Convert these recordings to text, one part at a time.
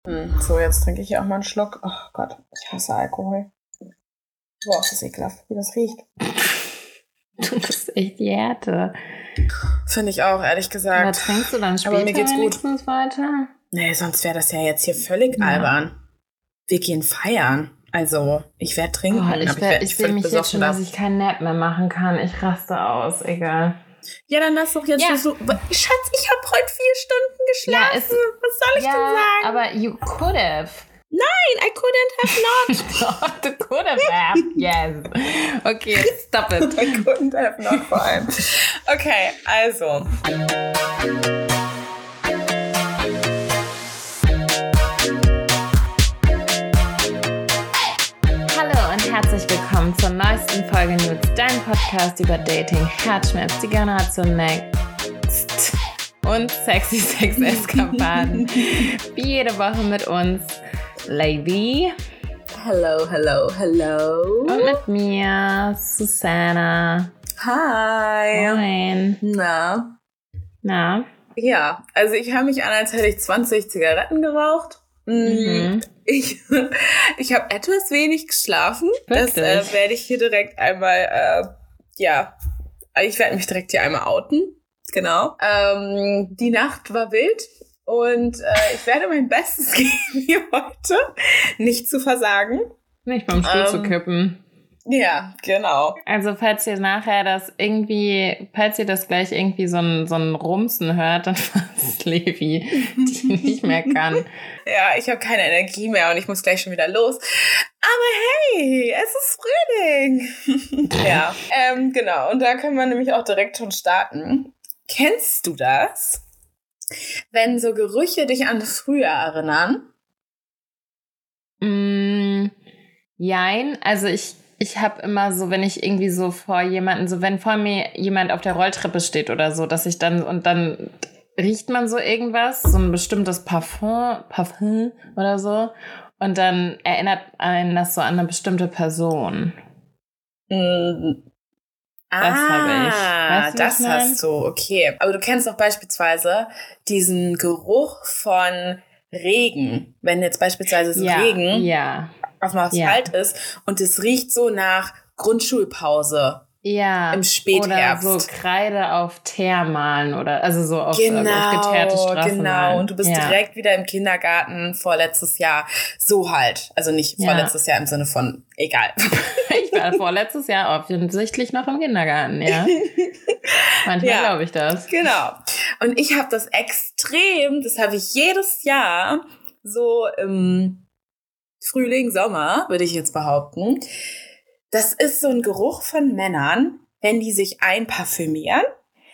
So, jetzt trinke ich hier auch mal einen Schluck. Oh Gott, ich hasse Alkohol. Boah, ist das ekelhaft, wie das riecht. Du bist echt die Härte. Finde ich auch, ehrlich gesagt. Aber trinkst du dann später Aber mir geht's gut. Weiter? Nee, sonst wäre das ja jetzt hier völlig albern. Wir gehen feiern. Also, ich werde trinken, aber ich sehe mich jetzt schon, dass ich keinen Nap mehr machen kann. Ich raste aus, egal. Ja, dann lass doch jetzt so. Schatz, ich habe heute 4 Stunden geschlafen. Was soll ich denn sagen? Aber you could have. Nein, I couldn't have not. You could have, yes. Okay, stop it. I couldn't have not vor allem. Okay, also. Hallo und herzlich willkommen zur neuesten Folge Nudes, dein Podcast über Dating, Herzschmerz, die Generation Next und sexy Sex-Eskapaden. Wie jede Woche mit uns, Lady. Hello, hello, hello. Und mit mir, Susanna. Hi. Moin. Na? Ja, also ich höre mich an, als hätte ich 20 Zigaretten geraucht. Mhm. Ich habe etwas wenig geschlafen. Wirklich? Das werde ich hier direkt einmal, ich werde mich direkt hier einmal outen. Genau. Die Nacht war wild. Und ich werde mein Bestes geben hier heute, nicht zu versagen. Nicht beim Stuhl zu kippen. Ja, genau. Also falls ihr das gleich irgendwie so ein Rumsen hört, dann war es Levi, die nicht mehr kann. Ja, ich habe keine Energie mehr und ich muss gleich schon wieder los. Aber hey, es ist Frühling. Ja, genau. Und da können wir nämlich auch direkt schon starten. Kennst du das? Wenn so Gerüche dich an früher erinnern? Jein, also ich habe immer so, wenn ich irgendwie so vor jemanden, so wenn vor mir jemand auf der Rolltreppe steht oder so, dass ich dann riecht man so irgendwas, so ein bestimmtes Parfum oder so und dann erinnert einen das so an eine bestimmte Person. Das habe ich. Weißt du, das hast du, okay. Aber du kennst doch beispielsweise diesen Geruch von Regen. Wenn jetzt beispielsweise Regen auf dem Asphalt ist und es riecht so nach Grundschulpause. Ja. Im Spätherbst. Oder so Kreide auf Teer malen oder also so auf geteerte Straßen. Genau. Und du bist direkt wieder im Kindergarten vorletztes Jahr. So halt. Also nicht vorletztes Jahr im Sinne von egal. Ich war vorletztes Jahr offensichtlich noch im Kindergarten, ja. Manchmal glaube ich das. Genau. Und ich habe das habe ich jedes Jahr so im Frühling, Sommer, würde ich jetzt behaupten. Das ist so ein Geruch von Männern, wenn die sich einparfümieren,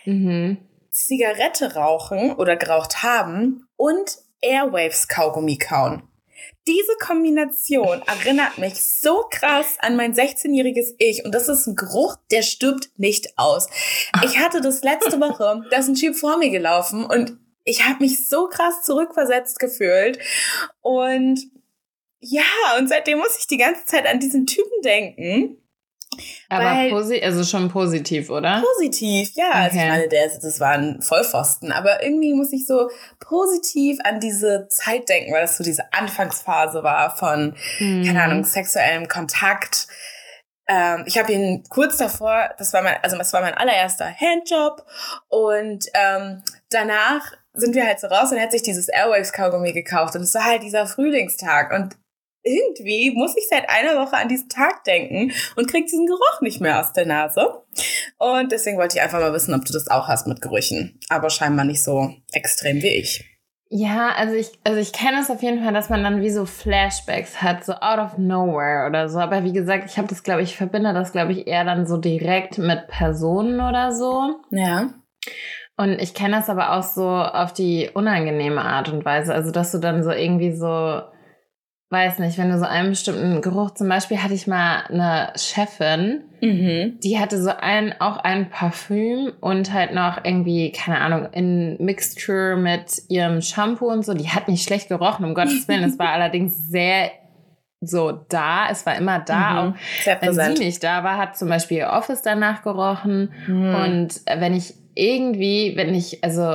Zigarette rauchen oder geraucht haben und Airwaves-Kaugummi kauen. Diese Kombination erinnert mich so krass an mein 16-jähriges Ich. Und das ist ein Geruch, der stirbt nicht aus. Ich hatte das letzte Woche, da ist ein Typ vor mir gelaufen und ich habe mich so krass zurückversetzt gefühlt. Und ja, und seitdem muss ich die ganze Zeit an diesen Typen denken. Aber also schon positiv, oder? Positiv, ja. Okay. Also ich meine, das war ein Vollpfosten. Aber irgendwie muss ich so positiv an diese Zeit denken, weil das so diese Anfangsphase war von, keine Ahnung, sexuellem Kontakt. Ich habe ihn kurz davor, das war mein allererster Handjob. Und danach sind wir halt so raus und er hat sich dieses Airwaves-Kaugummi gekauft. Und es war halt dieser Frühlingstag. Und irgendwie muss ich seit einer Woche an diesen Tag denken und krieg diesen Geruch nicht mehr aus der Nase. Und deswegen wollte ich einfach mal wissen, ob du das auch hast mit Gerüchen. Aber scheinbar nicht so extrem wie ich. Ja, also ich kenne es auf jeden Fall, dass man dann wie so Flashbacks hat, so out of nowhere oder so. Aber wie gesagt, ich verbinde das, glaube ich, eher dann so direkt mit Personen oder so. Ja. Und ich kenne das aber auch so auf die unangenehme Art und Weise. Also, dass du dann so irgendwie so, weiß nicht, wenn du so einen bestimmten Geruch, zum Beispiel hatte ich mal eine Chefin, die hatte so auch ein Parfüm und halt noch irgendwie, keine Ahnung, in Mixture mit ihrem Shampoo und so. Die hat nicht schlecht gerochen, um Gottes Willen. Es war allerdings sehr so da, es war immer da, auch wenn sie nicht da war, hat zum Beispiel ihr Office danach gerochen. Und wenn ich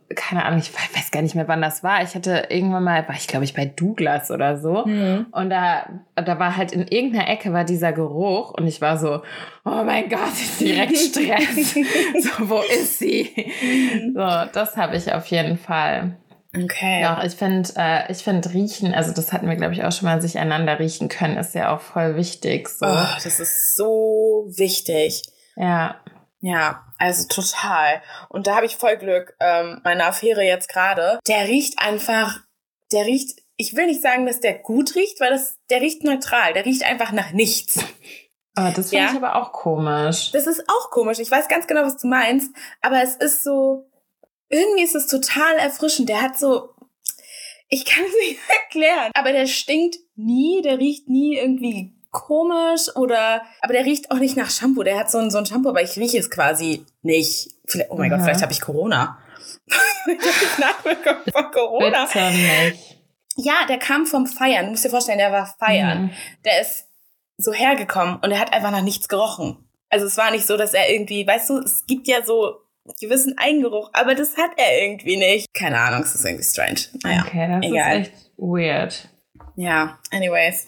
keine Ahnung, ich weiß gar nicht mehr, wann das war. Ich hatte irgendwann mal, war ich glaube ich bei Douglas oder so. Und da war halt in irgendeiner Ecke war dieser Geruch und ich war so, oh mein Gott, direkt Stress. So, wo ist sie? So, das habe ich auf jeden Fall. Okay. Ja, ich finde riechen, also das hatten wir, glaube ich, auch schon mal, sich einander riechen können, ist ja auch voll wichtig. So. Oh, das ist so wichtig. Ja. Ja, also total. Und da habe ich voll Glück. Meine Affäre jetzt gerade, der riecht, ich will nicht sagen, dass der gut riecht, weil der riecht neutral. Der riecht einfach nach nichts. Oh, das finde ich aber auch komisch. Das ist auch komisch. Ich weiß ganz genau, was du meinst. Aber es ist so, irgendwie ist es total erfrischend. Der hat so, ich kann es nicht erklären, aber der stinkt nie, der riecht nie irgendwie komisch aber der riecht auch nicht nach Shampoo. Der hat so ein Shampoo, aber ich rieche es quasi nicht. Oh mein Gott, vielleicht habe ich Corona. Ich habe Nachwirkung von Corona. Bitte nicht. Ja, der kam vom Feiern. Du musst dir vorstellen, der war feiern. Der ist so hergekommen und er hat einfach nach nichts gerochen. Also es war nicht so, dass er irgendwie, weißt du, es gibt ja so gewissen Eigengeruch, aber das hat er irgendwie nicht. Keine Ahnung, es ist irgendwie strange. Naja, okay, das egal. Ist echt weird. Ja, anyways.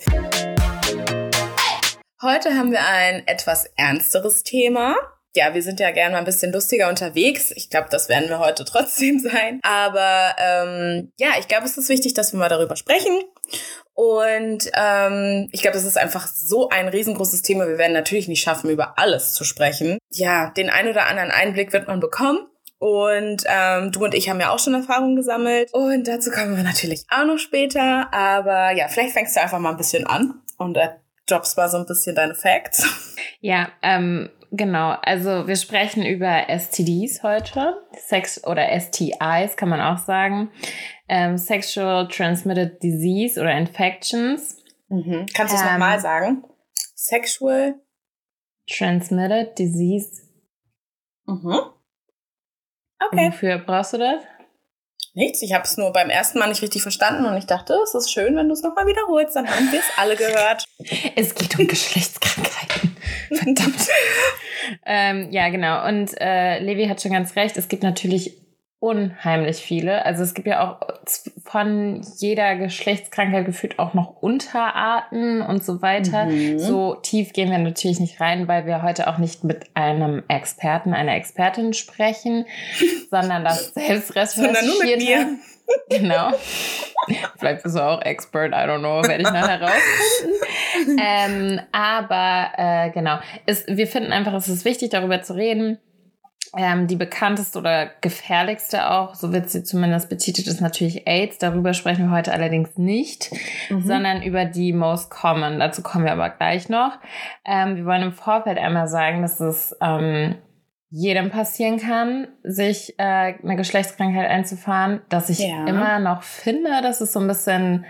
Heute haben wir ein etwas ernsteres Thema. Ja, wir sind ja gerne mal ein bisschen lustiger unterwegs. Ich glaube, das werden wir heute trotzdem sein. Aber ja, ich glaube, es ist wichtig, dass wir mal darüber sprechen. Und ich glaube, das ist einfach so ein riesengroßes Thema. Wir werden natürlich nicht schaffen, über alles zu sprechen. Ja, den ein oder anderen Einblick wird man bekommen. Und du und ich haben ja auch schon Erfahrungen gesammelt. Und dazu kommen wir natürlich auch noch später. Aber ja, vielleicht fängst du einfach mal ein bisschen an und droppst mal so ein bisschen deine Facts. Ja, genau. Also wir sprechen über STDs heute. Sex oder STIs kann man auch sagen. Sexual Transmitted Disease oder Infections. Kannst du es nochmal sagen? Sexual Transmitted Disease. Okay. Wofür brauchst du das? Nichts, ich habe es nur beim ersten Mal nicht richtig verstanden und ich dachte, es ist schön, wenn du es nochmal wiederholst, dann haben wir es alle gehört. Es geht um Geschlechtskrankheiten. Verdammt. Ja, genau. Und Levi hat schon ganz recht, es gibt natürlich unheimlich viele. Also es gibt ja auch von jeder Geschlechtskrankheit gefühlt auch noch Unterarten und so weiter. So tief gehen wir natürlich nicht rein, weil wir heute auch nicht mit einem Experten, einer Expertin sprechen, sondern das selbst recherchiert sondern nur mit mir. Genau. Vielleicht bist du auch Expert, I don't know, werde ich nachher rausfinden. Aber genau, wir finden einfach, es ist wichtig, darüber zu reden. Die bekannteste oder gefährlichste auch, so wird sie zumindest betitelt, ist natürlich AIDS. Darüber sprechen wir heute allerdings nicht, sondern über die most common. Dazu kommen wir aber gleich noch. Wir wollen im Vorfeld einmal sagen, dass es jedem passieren kann, sich eine Geschlechtskrankheit einzufahren, dass ich immer noch finde, dass es so ein bisschen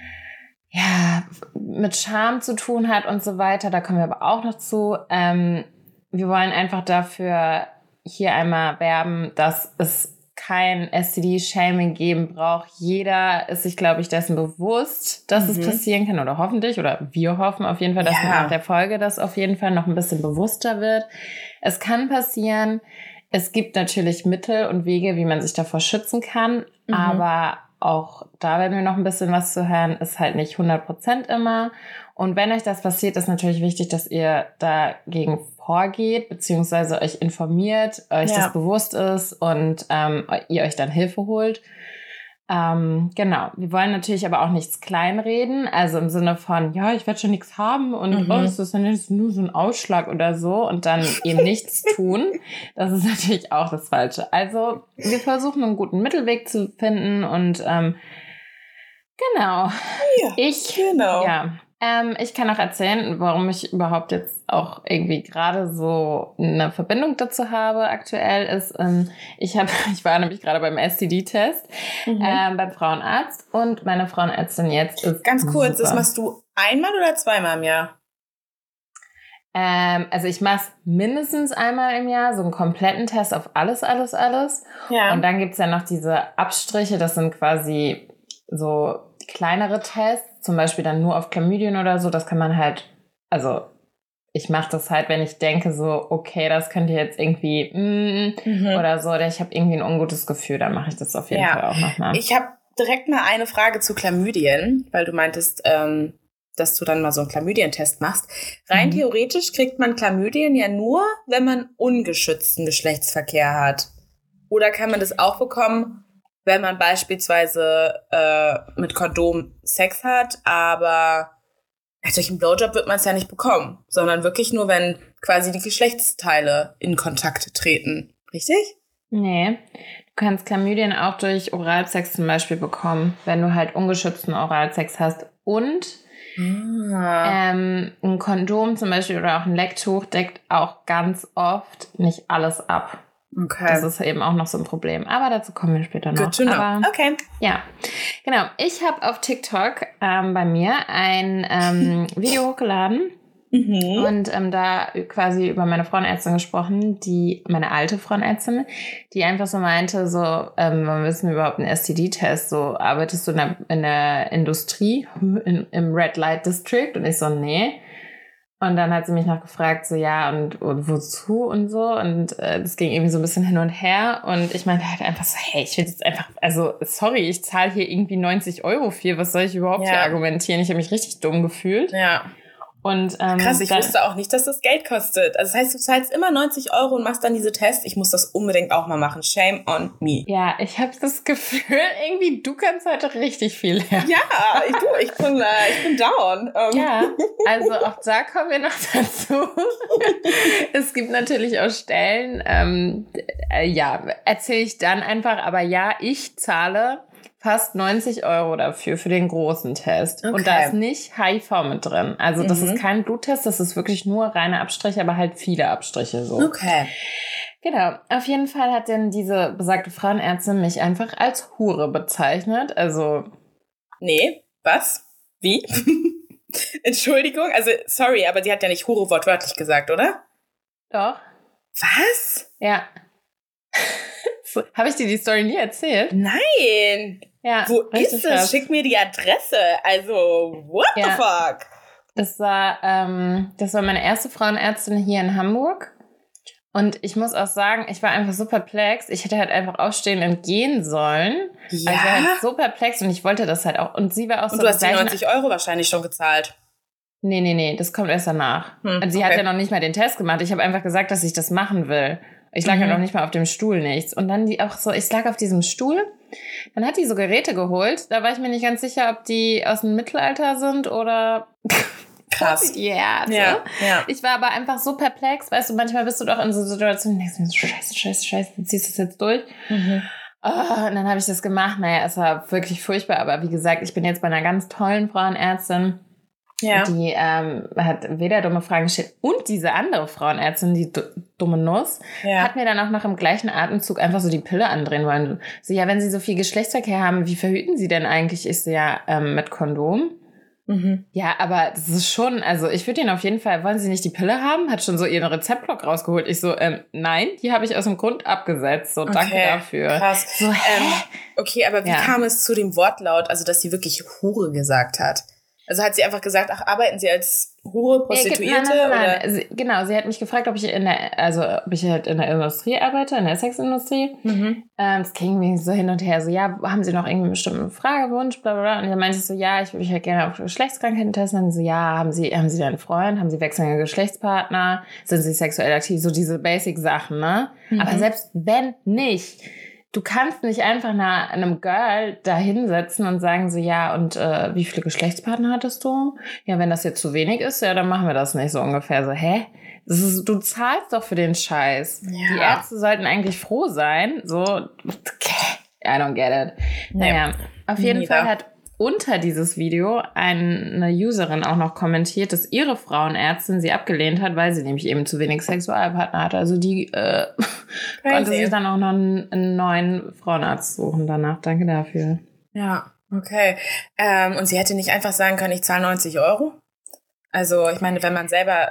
mit Scham zu tun hat und so weiter. Da kommen wir aber auch noch zu. Wir wollen einfach dafür hier einmal werben, dass es kein STD-Shaming geben braucht. Jeder ist sich, glaube ich, dessen bewusst, dass es passieren kann oder hoffentlich, oder wir hoffen auf jeden Fall, dass nach der Folge das auf jeden Fall noch ein bisschen bewusster wird. Es kann passieren. Es gibt natürlich Mittel und Wege, wie man sich davor schützen kann, aber auch da werden wir noch ein bisschen was zu hören, ist halt nicht 100% immer. Und wenn euch das passiert, ist natürlich wichtig, dass ihr dagegen vorgeht, beziehungsweise euch informiert, euch das bewusst ist und ihr euch dann Hilfe holt. Genau. Wir wollen natürlich aber auch nichts kleinreden, also im Sinne von, ja, ich werde schon nichts haben und es ist dann jetzt nur so ein Ausschlag oder so und dann eben nichts tun. Das ist natürlich auch das Falsche. Also wir versuchen einen guten Mittelweg zu finden und genau. Ich kann auch erzählen, warum ich überhaupt jetzt auch irgendwie gerade so eine Verbindung dazu habe aktuell ist, ich war nämlich gerade beim STD-Test beim Frauenarzt und meine Frauenärztin jetzt ist ganz kurz, super. Das machst du einmal oder zweimal im Jahr? Also ich mache mindestens einmal im Jahr, so einen kompletten Test auf alles. Ja. Und dann gibt's ja noch diese Abstriche, das sind quasi so kleinere Tests, zum Beispiel dann nur auf Chlamydien oder so, das kann man halt, also ich mache das halt, wenn ich denke so, okay, das könnte jetzt irgendwie oder so, oder ich habe irgendwie ein ungutes Gefühl, dann mache ich das auf jeden Fall auch nochmal. Ich habe direkt mal eine Frage zu Chlamydien, weil du meintest, dass du dann mal so einen Chlamydientest machst. Rein theoretisch kriegt man Chlamydien ja nur, wenn man ungeschützten Geschlechtsverkehr hat. Oder kann man das auch bekommen, wenn man beispielsweise mit Kondom Sex hat, aber durch einen Blowjob wird man es ja nicht bekommen, sondern wirklich nur, wenn quasi die Geschlechtsteile in Kontakt treten. Richtig? Nee. Du kannst Chlamydien auch durch Oralsex zum Beispiel bekommen, wenn du halt ungeschützten Oralsex hast. Und ein Kondom zum Beispiel oder auch ein Lecktuch deckt auch ganz oft nicht alles ab. Okay. Das ist eben auch noch so ein Problem. Aber dazu kommen wir später noch. Good to know. Aber, okay. Ja, genau. Ich habe auf TikTok bei mir ein Video hochgeladen und da quasi über meine Frauenärztin gesprochen, meine alte Frauenärztin, die einfach so meinte, so, wir wissen überhaupt einen STD-Test, so, arbeitest du in der Industrie, im Red Light District? Und ich so, nee. Und dann hat sie mich noch gefragt, so ja, und wozu und so. Und das ging irgendwie so ein bisschen hin und her. Und ich meinte halt einfach so, hey, ich will jetzt einfach, also sorry, ich zahle hier irgendwie 90 Euro für. Was soll ich überhaupt hier argumentieren? Ich habe mich richtig dumm gefühlt. Ja. Und, krass, ich wusste auch nicht, dass das Geld kostet. Also das heißt, du zahlst immer 90 Euro und machst dann diese Tests. Ich muss das unbedingt auch mal machen. Shame on me. Ja, ich habe das Gefühl, irgendwie du kannst heute richtig viel lernen. Ja, ich bin down. Ja, also auch da kommen wir noch dazu. Es gibt natürlich auch Stellen, erzähle ich dann einfach. Aber ja, ich zahle fast 90 Euro dafür, für den großen Test. Okay. Und da ist nicht HIV mit drin. Also das ist kein Bluttest, das ist wirklich nur reine Abstriche, aber halt viele Abstriche so. Okay. Genau. Auf jeden Fall hat denn diese besagte Frauenärztin mich einfach als Hure bezeichnet. Also. Nee, was? Wie? Entschuldigung, also sorry, aber sie hat ja nicht Hure wortwörtlich gesagt, oder? Doch. Was? Ja. Habe ich dir die Story nie erzählt? Nein. Ja. Wo ist es? Schick mir die Adresse. Also, what the fuck? Das war meine erste Frauenärztin hier in Hamburg. Und ich muss auch sagen, ich war einfach so perplex. Ich hätte halt einfach aufstehen und gehen sollen. Ja. Also ich war halt so perplex und ich wollte das halt auch. Und sie war auch so. Und du hast die 90 Euro wahrscheinlich schon gezahlt. Nee, das kommt erst danach. Also sie hat ja noch nicht mal den Test gemacht. Ich habe einfach gesagt, dass ich das machen will. Ich lag ja noch nicht mal auf dem Stuhl, nichts. Und dann ich lag auf diesem Stuhl. Dann hat die so Geräte geholt. Da war ich mir nicht ganz sicher, ob die aus dem Mittelalter sind oder... Krass. Ja. Ich war aber einfach so perplex. Weißt du, manchmal bist du doch in so Situationen, denkst du so, scheiße, du ziehst das jetzt durch. Und dann habe ich das gemacht. Naja, es war wirklich furchtbar. Aber wie gesagt, ich bin jetzt bei einer ganz tollen Frauenärztin. Ja. Die hat weder dumme Fragen gestellt und diese andere Frauenärztin, die dumme Nuss, hat mir dann auch noch im gleichen Atemzug einfach so die Pille andrehen wollen. So, ja, wenn Sie so viel Geschlechtsverkehr haben, wie verhüten Sie denn eigentlich? Ich so, ja, mit Kondom. Ja, aber das ist schon, also ich würde Ihnen auf jeden Fall, wollen Sie nicht die Pille haben? Hat schon so ihren Rezeptblock rausgeholt. Ich so, nein, die habe ich aus dem Grund abgesetzt. So, danke dafür. Krass. So, okay, aber wie kam es zu dem Wortlaut, also dass sie wirklich Hure gesagt hat? Also hat sie einfach gesagt, ach, arbeiten Sie als Hure, Prostituierte? Nein. Oder? Genau, sie hat mich gefragt, ob ich halt in der Industrie arbeite, in der Sexindustrie. Das ging mir so hin und her, so, ja, haben Sie noch irgendwie einen bestimmten Fragewunsch, bla, bla, bla. Und dann meinte ich so, ja, ich würde mich halt gerne auf Geschlechtskrankheiten testen. Und dann so, ja, haben Sie da einen Freund? Haben Sie wechselnde Geschlechtspartner? Sind Sie sexuell aktiv? So diese Basic-Sachen, ne? Aber selbst wenn nicht... Du kannst nicht einfach einem Girl da hinsetzen und sagen so, ja, und wie viele Geschlechtspartner hattest du? Ja, wenn das jetzt zu wenig ist, ja, dann machen wir das nicht so ungefähr. So, hä? Du zahlst doch für den Scheiß. Ja. Die Ärzte sollten eigentlich froh sein. So, I don't get it. Naja, auf jeden Fall hat unter dieses Video eine Userin auch noch kommentiert, dass ihre Frauenärztin sie abgelehnt hat, weil sie nämlich eben zu wenig Sexualpartner hatte. Also die konnte sich dann auch noch einen neuen Frauenarzt suchen danach. Danke dafür. Ja, okay. Und sie hätte nicht einfach sagen können, ich zahle 90 Euro? Also ich meine, wenn man selber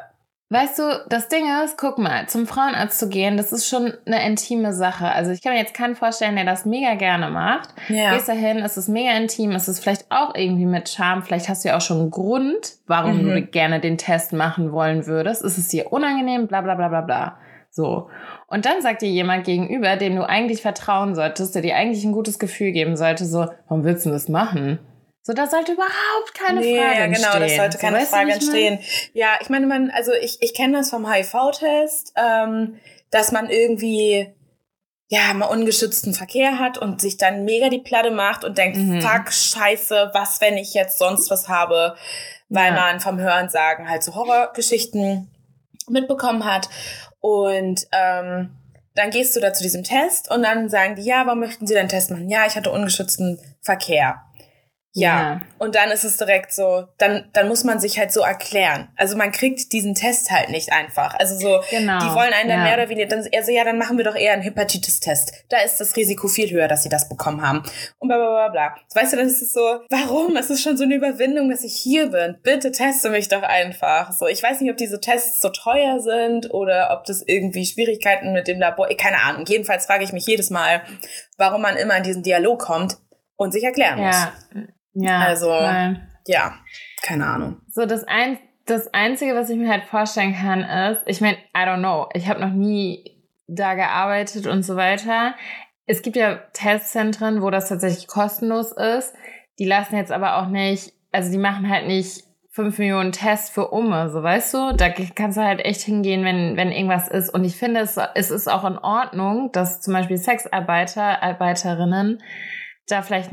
Weißt du, das Ding ist, guck mal, zum Frauenarzt zu gehen, das ist schon eine intime Sache. Also ich kann mir jetzt keinen vorstellen, der das mega gerne macht. Ja. Gehst dahin, es ist mega intim, es ist vielleicht auch irgendwie mit Charme. Vielleicht hast du ja auch schon einen Grund, warum du gerne den Test machen wollen würdest. Ist es dir unangenehm, bla bla bla bla bla. So. Und dann sagt dir jemand gegenüber, dem du eigentlich vertrauen solltest, der dir eigentlich ein gutes Gefühl geben sollte, so, warum willst du das machen? So, da sollte überhaupt keine Frage entstehen. Ja, genau, das sollte keine Frage entstehen. Ja, ich meine, ich kenne das vom HIV-Test, dass man irgendwie, ja, mal ungeschützten Verkehr hat und sich dann mega die Platte macht und denkt, fuck, scheiße, was, wenn ich jetzt sonst was habe, weil man vom Hörensagen halt so Horrorgeschichten mitbekommen hat. Und dann gehst du da zu diesem Test und dann sagen die, ja, warum möchten Sie den Test machen? Ja, ich hatte ungeschützten Verkehr. Ja, und dann ist es direkt so, dann muss man sich halt so erklären. Also man kriegt diesen Test halt nicht einfach. Also so, genau. Die wollen einen dann mehr oder weniger, dann machen wir doch eher einen Hepatitis-Test. Da ist das Risiko viel höher, dass sie das bekommen haben. Und bla bla bla bla. Weißt du, dann ist es so, warum? Es ist schon so eine Überwindung, dass ich hier bin. Bitte teste mich doch einfach. So, ich weiß nicht, ob diese Tests so teuer sind oder ob das irgendwie Schwierigkeiten mit dem Labor, keine Ahnung. Jedenfalls frage ich mich jedes Mal, warum man immer in diesen Dialog kommt und sich erklären muss. Ja, also, ja, keine Ahnung. So, das Einzige, was ich mir halt vorstellen kann, ist, ich meine, I don't know, ich habe noch nie da gearbeitet und so weiter. Es gibt ja Testzentren, wo das tatsächlich kostenlos ist. Die lassen jetzt aber auch nicht, also die machen halt nicht 5 Millionen Tests für so, weißt du? Da kannst du halt echt hingehen, wenn irgendwas ist. Und ich finde, es ist auch in Ordnung, dass zum Beispiel Arbeiterinnen da vielleicht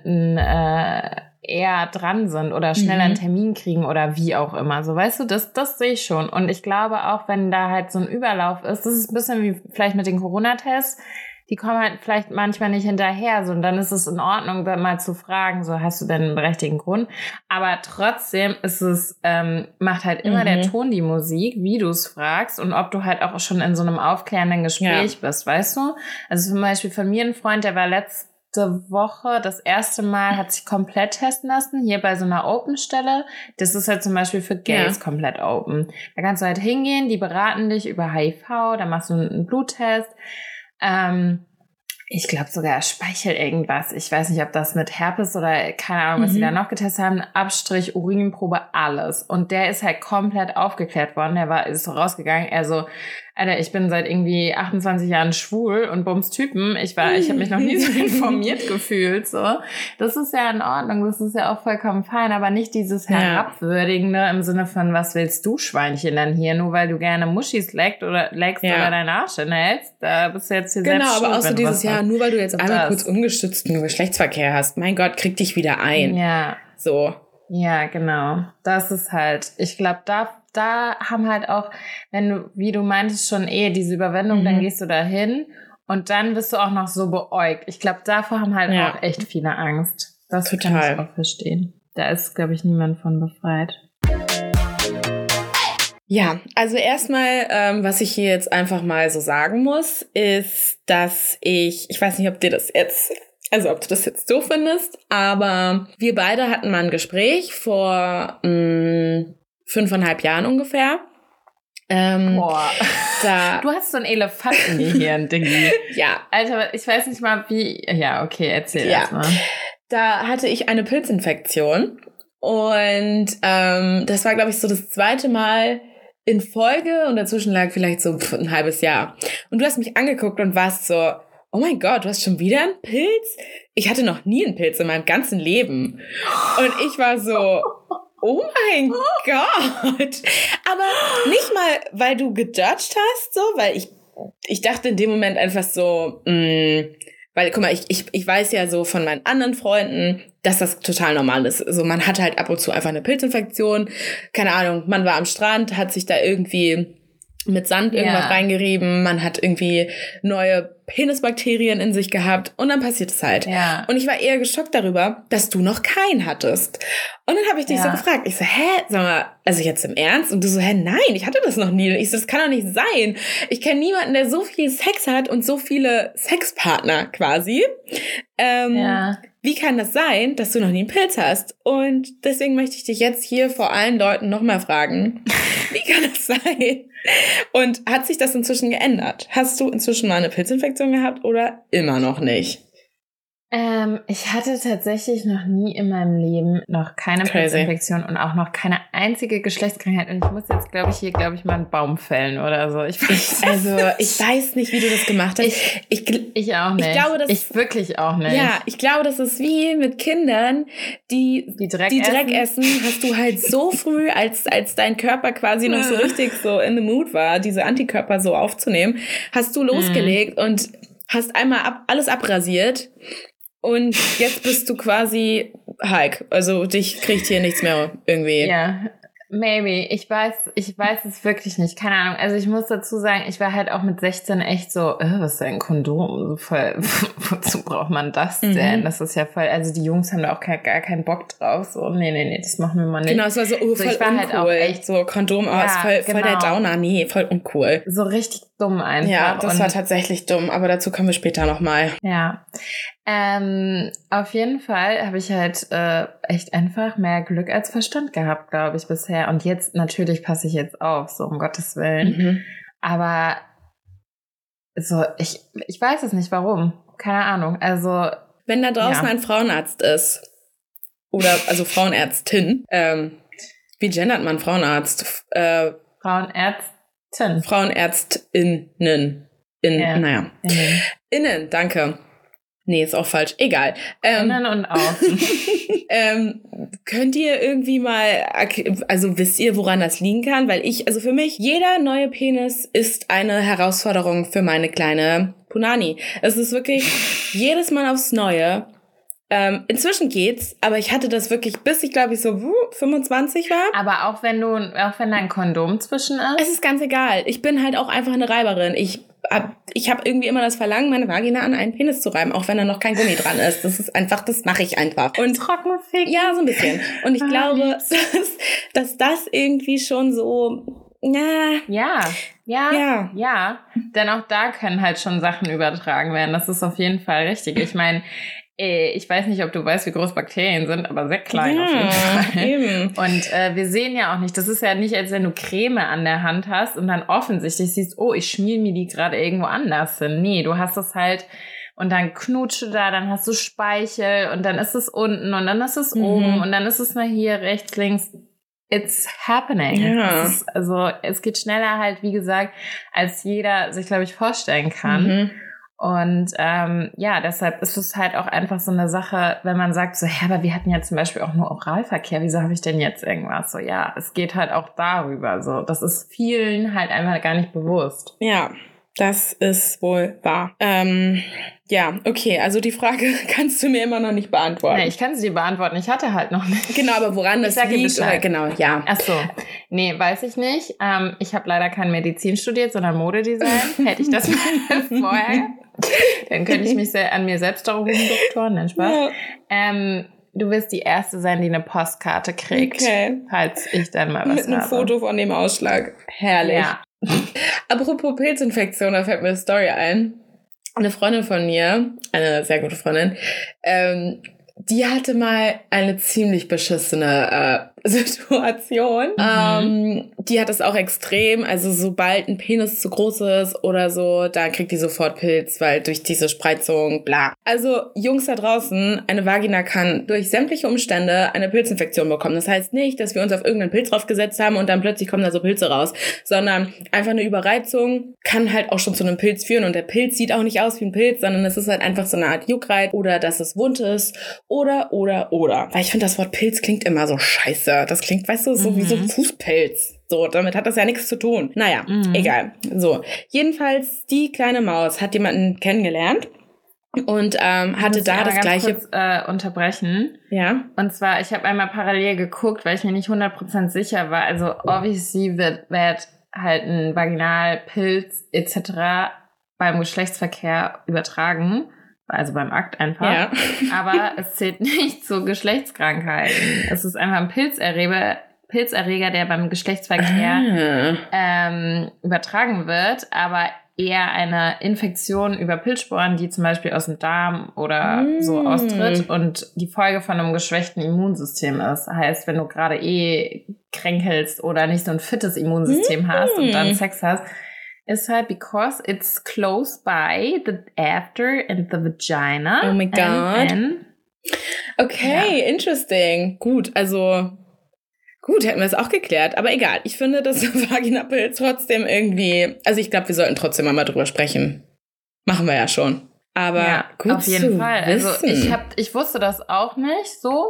eher dran sind oder schneller einen Termin kriegen oder wie auch immer. So, weißt du, das sehe ich schon. Und ich glaube auch, wenn da halt so ein Überlauf ist, das ist ein bisschen wie vielleicht mit den Corona-Tests, die kommen halt vielleicht manchmal nicht hinterher. So, und dann ist es in Ordnung, dann mal zu fragen, so, hast du denn einen berechtigten Grund? Aber trotzdem ist es, macht halt immer der Ton die Musik, wie du es fragst und ob du halt auch schon in so einem aufklärenden Gespräch bist, weißt du? Also zum Beispiel von mir ein Freund, der war letzte Woche das erste Mal, hat sich komplett testen lassen, hier bei so einer Open-Stelle. Das ist halt zum Beispiel für Gays komplett open. Da kannst du halt hingehen, die beraten dich über HIV, da machst du einen Bluttest. Ich glaube sogar Speichel irgendwas. Ich weiß nicht, ob das mit Herpes oder keine Ahnung, was sie da noch getestet haben. Abstrich, Urinprobe, alles. Und der ist halt komplett aufgeklärt worden. Ist so rausgegangen. Er so, Alter, ich bin seit irgendwie 28 Jahren schwul und bums Typen. Ich habe mich noch nie so informiert gefühlt, so. Das ist ja in Ordnung. Das ist ja auch vollkommen fein. Aber nicht dieses Herabwürdigende im Sinne von, was willst du, Schweinchen, dann hier? Nur weil du gerne Muschis leckst oder deinen Arsch hinhältst. Da bist du jetzt hier selbst schuld. Genau, aber auch so dieses Jahr, nur weil du jetzt einmal kurz ungeschützten Geschlechtsverkehr hast. Mein Gott, krieg dich wieder ein. Ja. So. Ja, genau. Das ist halt, ich glaube, da haben halt auch, wenn du, wie du meintest schon diese Überwindung, dann gehst du da hin und dann bist du auch noch so beäugt. Ich glaube, davor haben halt auch echt viele Angst. Das kann ich auch verstehen. Da ist, glaube ich, niemand von befreit. Ja, also erstmal, was ich hier jetzt einfach mal so sagen muss, ist, dass ich weiß nicht, ob du das jetzt so findest, aber wir beide hatten mal ein Gespräch vor 5,5 Jahren ungefähr. Boah. Du hast so ein Elefantengehirn, Dingi. Ja. Alter, ich weiß nicht mal wie. Ja, okay, erzähl erst mal. Da hatte ich eine Pilzinfektion und das war, glaube ich, so das zweite Mal in Folge und dazwischen lag vielleicht so ein halbes Jahr. Und du hast mich angeguckt und warst so, oh mein Gott, du hast schon wieder einen Pilz? Ich hatte noch nie einen Pilz in meinem ganzen Leben. Und ich war so, oh mein Gott. Aber nicht mal, weil du gejudged hast, so, weil ich dachte in dem Moment einfach so, weil, guck mal, ich weiß ja so von meinen anderen Freunden, dass das total normal ist. Also man hat halt ab und zu einfach eine Pilzinfektion. Keine Ahnung, man war am Strand, hat sich da irgendwie mit Sand irgendwas reingerieben. Man hat irgendwie neue Penisbakterien in sich gehabt und dann passiert es halt. Ja. Und ich war eher geschockt darüber, dass du noch keinen hattest. Und dann habe ich dich so gefragt. Ich so, sag mal, also jetzt im Ernst? Und du so, nein, ich hatte das noch nie. Und ich so, das kann doch nicht sein. Ich kenne niemanden, der so viel Sex hat und so viele Sexpartner quasi. Wie kann das sein, dass du noch nie einen Pilz hast? Und deswegen möchte ich dich jetzt hier vor allen Leuten nochmal fragen, wie kann das sein? Und hat sich das inzwischen geändert? Hast du inzwischen mal eine Pilzinfektion gehabt oder immer noch nicht? Ich hatte tatsächlich noch nie in meinem Leben noch keine Pilzinfektion und auch noch keine einzige Geschlechtskrankheit. Und ich muss jetzt, glaube ich, mal einen Baum fällen oder so. Ich weiß nicht, wie du das gemacht hast. Ich auch nicht. Ich wirklich auch nicht. Ja, ich glaube, das ist wie mit Kindern, die Dreck essen. Hast du halt so früh, als dein Körper quasi noch so richtig so in the mood war, diese Antikörper so aufzunehmen, hast du losgelegt und hast einmal alles abrasiert. Und jetzt bist du quasi Hulk. Also dich kriegt hier nichts mehr irgendwie. Ja, maybe. Ich weiß es wirklich nicht. Keine Ahnung. Also ich muss dazu sagen, ich war halt auch mit 16 echt so, was ist ein Kondom? Voll, wozu braucht man das denn? Das ist ja voll, also die Jungs haben da auch gar keinen Bock drauf. So, nee, das machen wir mal nicht. Genau, es war so, voll ich war uncool. Halt auch echt so Kondom aus, voll der Downer. Nee, voll uncool. So richtig dumm einfach. Ja, das war tatsächlich dumm, aber dazu kommen wir später nochmal. Ja. Auf jeden Fall habe ich halt echt einfach mehr Glück als Verstand gehabt, glaube ich, bisher. Und jetzt, natürlich passe ich jetzt auf, so um Gottes Willen. Aber so, ich weiß es nicht, warum. Keine Ahnung. Also, wenn da draußen ein Frauenarzt ist, oder, also Frauenärztin, wie gendert man Frauenarzt? Frauenärztin. Frauenärztinnen. Innen, danke. Nee, ist auch falsch. Egal. Innen und außen. Könnt ihr irgendwie mal, also wisst ihr, woran das liegen kann? Weil für mich, jeder neue Penis ist eine Herausforderung für meine kleine Punani. Es ist wirklich jedes Mal aufs Neue. Inzwischen geht's, aber ich hatte das wirklich, bis ich glaube ich so 25 war. Aber auch wenn da ein Kondom zwischen ist? Es ist ganz egal. Ich bin halt auch einfach eine Reiberin. Ich habe irgendwie immer das Verlangen, meine Vagina an einen Penis zu reiben, auch wenn da noch kein Gummi dran ist. Das ist einfach, das mache ich einfach. Und Trockenficken. Ja, so ein bisschen. Und ich glaube, dass das irgendwie schon so, Ja. Denn auch da können halt schon Sachen übertragen werden. Das ist auf jeden Fall richtig. Ich meine, ich weiß nicht, ob du weißt, wie groß Bakterien sind, aber sehr klein auf jeden Fall. Eben. Und wir sehen ja auch nicht, das ist ja nicht, als wenn du Creme an der Hand hast und dann offensichtlich siehst, oh, ich schmier mir die gerade irgendwo anders hin. Nee, du hast das halt und dann knutsche da, dann hast du Speichel und dann ist es unten und dann ist es oben und dann ist es mal hier rechts, links. It's happening. Ja. Es geht schneller halt, wie gesagt, als jeder sich, glaube ich, vorstellen kann. Und deshalb ist es halt auch einfach so eine Sache, wenn man sagt so, aber wir hatten ja zum Beispiel auch nur Oralverkehr, wieso habe ich denn jetzt irgendwas? So, ja, es geht halt auch darüber. So, das ist vielen halt einfach gar nicht bewusst. Ja, das ist wohl wahr. Okay, also die Frage kannst du mir immer noch nicht beantworten. Nee, ich kann sie dir beantworten, ich hatte halt noch nicht. Genau, aber woran das liegt? Genau, ja. Ach so, nee, weiß ich nicht. Ich habe leider kein Medizin studiert, sondern Modedesign. Hätte ich das mal vorher, dann könnte ich mich an mir selbst darum doktoren, nein, Spaß. Ja. Du wirst die Erste sein, die eine Postkarte kriegt, falls ich dann mal was mit einem Foto von dem Ausschlag. Herrlich. Ja. Apropos Pilzinfektion, da fällt mir eine Story ein. Eine Freundin von mir, eine sehr gute Freundin, die hatte mal eine ziemlich beschissene Situation. Die hat es auch extrem, also sobald ein Penis zu groß ist oder so, dann kriegt die sofort Pilz, weil durch diese Spreizung, bla. Also Jungs da draußen, eine Vagina kann durch sämtliche Umstände eine Pilzinfektion bekommen. Das heißt nicht, dass wir uns auf irgendeinen Pilz draufgesetzt haben und dann plötzlich kommen da so Pilze raus, sondern einfach eine Überreizung kann halt auch schon zu einem Pilz führen und der Pilz sieht auch nicht aus wie ein Pilz, sondern es ist halt einfach so eine Art Juckreiz oder dass es wund ist oder. Weil ich finde, das Wort Pilz klingt immer so scheiße. Das klingt, weißt du, so wie so ein Fußpilz. So, damit hat das ja nichts zu tun. Naja, egal. So, jedenfalls, die kleine Maus hat jemanden kennengelernt und hatte da das gleiche... Kurz, unterbrechen. Ja. Und zwar, ich habe einmal parallel geguckt, weil ich mir nicht 100% sicher war. Also, obviously wird halt ein Vaginalpilz etc. beim Geschlechtsverkehr übertragen, also beim Akt einfach. Ja. Aber es zählt nicht zu Geschlechtskrankheiten. Es ist einfach ein Pilzerreger, der beim Geschlechtsverkehr übertragen wird, aber eher eine Infektion über Pilzsporen, die zum Beispiel aus dem Darm oder so austritt und die Folge von einem geschwächten Immunsystem ist. Heißt, wenn du gerade kränkelst oder nicht so ein fittes Immunsystem hast und dann Sex hast, ist halt because it's close by the after and the vagina. Oh my God. Okay, interesting. Gut, also gut, hätten wir es auch geklärt. Aber egal, ich finde, dass Vaginapilz trotzdem irgendwie, also ich glaube, wir sollten trotzdem mal drüber sprechen. Machen wir ja schon. Aber ja, gut auf jeden Fall. Wissen. Also ich wusste das auch nicht so.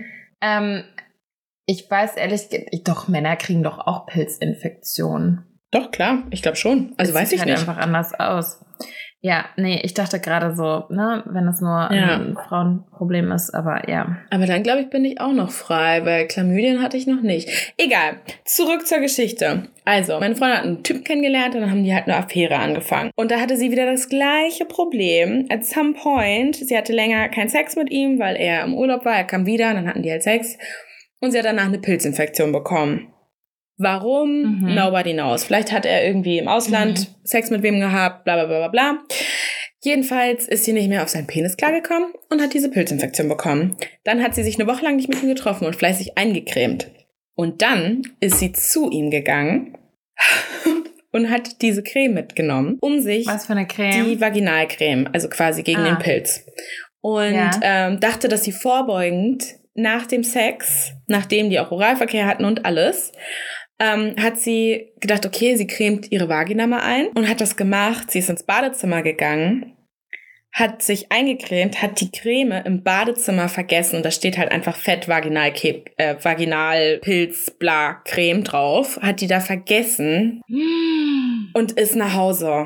Ich weiß ehrlich, doch Männer kriegen doch auch Pilzinfektionen. Doch, klar, ich glaube schon. Also weiß ich nicht. Sieht halt einfach anders aus. Ja, nee, ich dachte gerade so, ne, wenn es nur ein Frauenproblem ist, aber ja. Aber dann, glaube ich, bin ich auch noch frei, weil Chlamydien hatte ich noch nicht. Egal, zurück zur Geschichte. Also, meine Freundin hat einen Typen kennengelernt und dann haben die halt eine Affäre angefangen. Und da hatte sie wieder das gleiche Problem. At some point, sie hatte länger keinen Sex mit ihm, weil er im Urlaub war, er kam wieder, und dann hatten die halt Sex. Und sie hat danach eine Pilzinfektion bekommen. Warum? Nobody knows. Vielleicht hat er irgendwie im Ausland Sex mit wem gehabt, bla bla bla bla. Jedenfalls ist sie nicht mehr auf seinen Penis klargekommen und hat diese Pilzinfektion bekommen. Dann hat sie sich eine Woche lang nicht mit ihm getroffen und fleißig eingecremt. Und dann ist sie zu ihm gegangen und hat diese Creme mitgenommen, um sich Was für eine Creme? Die Vaginalcreme, also quasi gegen den Pilz. Und dachte, dass sie vorbeugend nach dem Sex, nachdem die auch Oralverkehr hatten und alles, hat sie gedacht, okay, sie cremt ihre Vagina mal ein und hat das gemacht. Sie ist ins Badezimmer gegangen, hat sich eingecremt, hat die Creme im Badezimmer vergessen und da steht halt einfach Fett, Vaginalpilz, bla, Creme drauf, hat die da vergessen und ist nach Hause.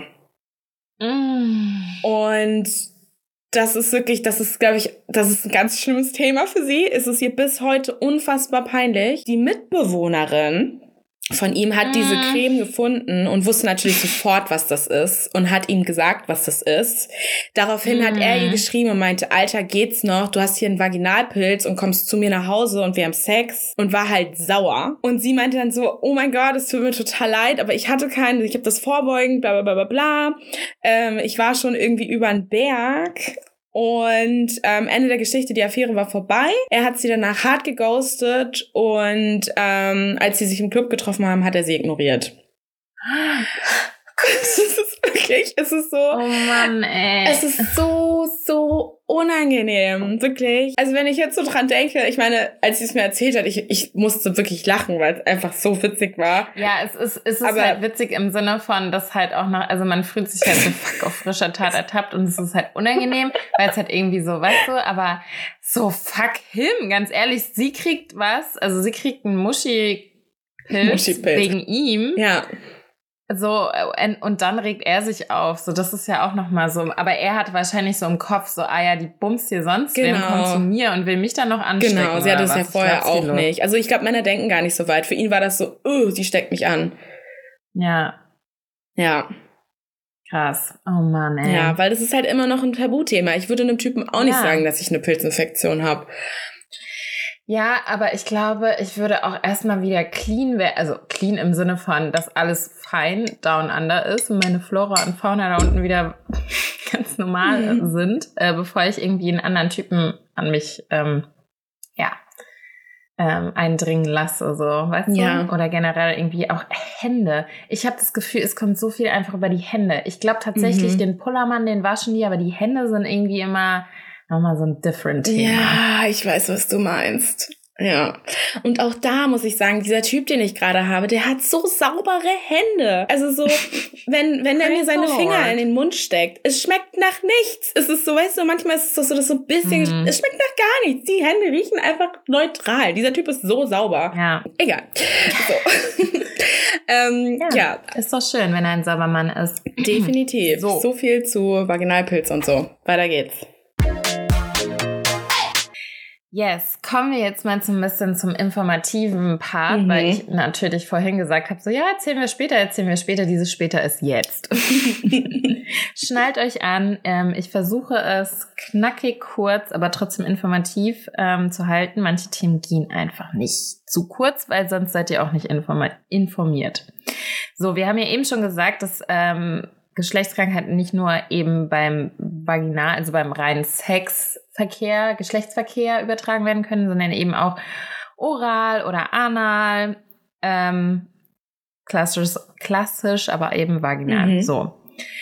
Und das ist, glaube ich, das ist ein ganz schlimmes Thema für sie. Es ist ihr bis heute unfassbar peinlich. Die Mitbewohnerin von ihm hat diese Creme gefunden und wusste natürlich sofort, was das ist und hat ihm gesagt, was das ist. Daraufhin hat er ihr geschrieben und meinte, Alter, geht's noch? Du hast hier einen Vaginalpilz und kommst zu mir nach Hause und wir haben Sex, und war halt sauer. Und sie meinte dann so, oh mein Gott, es tut mir total leid, aber ich hatte keinen, ich habe das vorbeugend, bla bla bla bla bla. Ich war schon irgendwie über den Berg. Und Ende der Geschichte, die Affäre war vorbei. Er hat sie danach hart geghostet und als sie sich im Club getroffen haben, hat er sie ignoriert. Es ist wirklich, es ist so... Oh Mann, ey. Es ist so unangenehm, wirklich. Also wenn ich jetzt so dran denke, ich meine, als sie es mir erzählt hat, ich musste wirklich lachen, weil es einfach so witzig war. Ja, es ist halt witzig im Sinne von, dass halt auch noch, also man fühlt sich halt so fuck auf frischer Tat ertappt und es ist halt unangenehm, weil es halt irgendwie so, weißt du, aber so fuck him, ganz ehrlich, sie kriegt was, also sie kriegt einen Muschipilz wegen ihm. Ja. So, und dann regt er sich auf. So, das ist ja auch nochmal so. Aber er hat wahrscheinlich so im Kopf so, die bumst hier sonst, wem kommt zu mir und will mich dann noch anstecken. Genau, sie hat das ja vorher auch nicht. Also ich glaube, Männer denken gar nicht so weit. Für ihn war das so, sie steckt mich an. Ja. Ja. Krass. Oh Mann, ey. Ja, weil das ist halt immer noch ein Tabuthema. Ich würde einem Typen auch nicht sagen, dass ich eine Pilzinfektion habe. Ja, aber ich glaube, ich würde auch erstmal wieder clean werden, also clean im Sinne von, dass alles fein down under ist und meine Flora und Fauna da unten wieder ganz normal sind, bevor ich irgendwie einen anderen Typen an mich, eindringen lasse, so, weißt du? Oder generell irgendwie auch Hände. Ich habe das Gefühl, es kommt so viel einfach über die Hände. Ich glaube tatsächlich, den Pullermann, den waschen die, aber die Hände sind irgendwie immer nochmal so ein different Thema. Ja, ich weiß, was du meinst. Ja. Und auch da muss ich sagen, dieser Typ, den ich gerade habe, der hat so saubere Hände. Also so, wenn der mir seine Finger in den Mund steckt, es schmeckt nach nichts. Es ist so, weißt du, manchmal ist es so, dass so ein bisschen, es schmeckt nach gar nichts. Die Hände riechen einfach neutral. Dieser Typ ist so sauber. Ja. Egal. So. Ja. Ist doch schön, wenn er ein sauber Mann ist. Definitiv. So viel zu Vaginalpilz und so. Weiter geht's. Yes, kommen wir jetzt mal so ein bisschen zum informativen Part, weil ich natürlich vorhin gesagt habe, so ja, erzählen wir später, dieses später ist jetzt. Schnallt euch an, ich versuche es knackig kurz, aber trotzdem informativ zu halten. Manche Themen gehen einfach nicht zu kurz, weil sonst seid ihr auch nicht informiert. So, wir haben ja eben schon gesagt, dass Geschlechtskrankheiten nicht nur eben beim Vaginal, also beim reinen Sexverkehr, Geschlechtsverkehr übertragen werden können, sondern eben auch oral oder anal, klassisch, aber eben vaginal. So.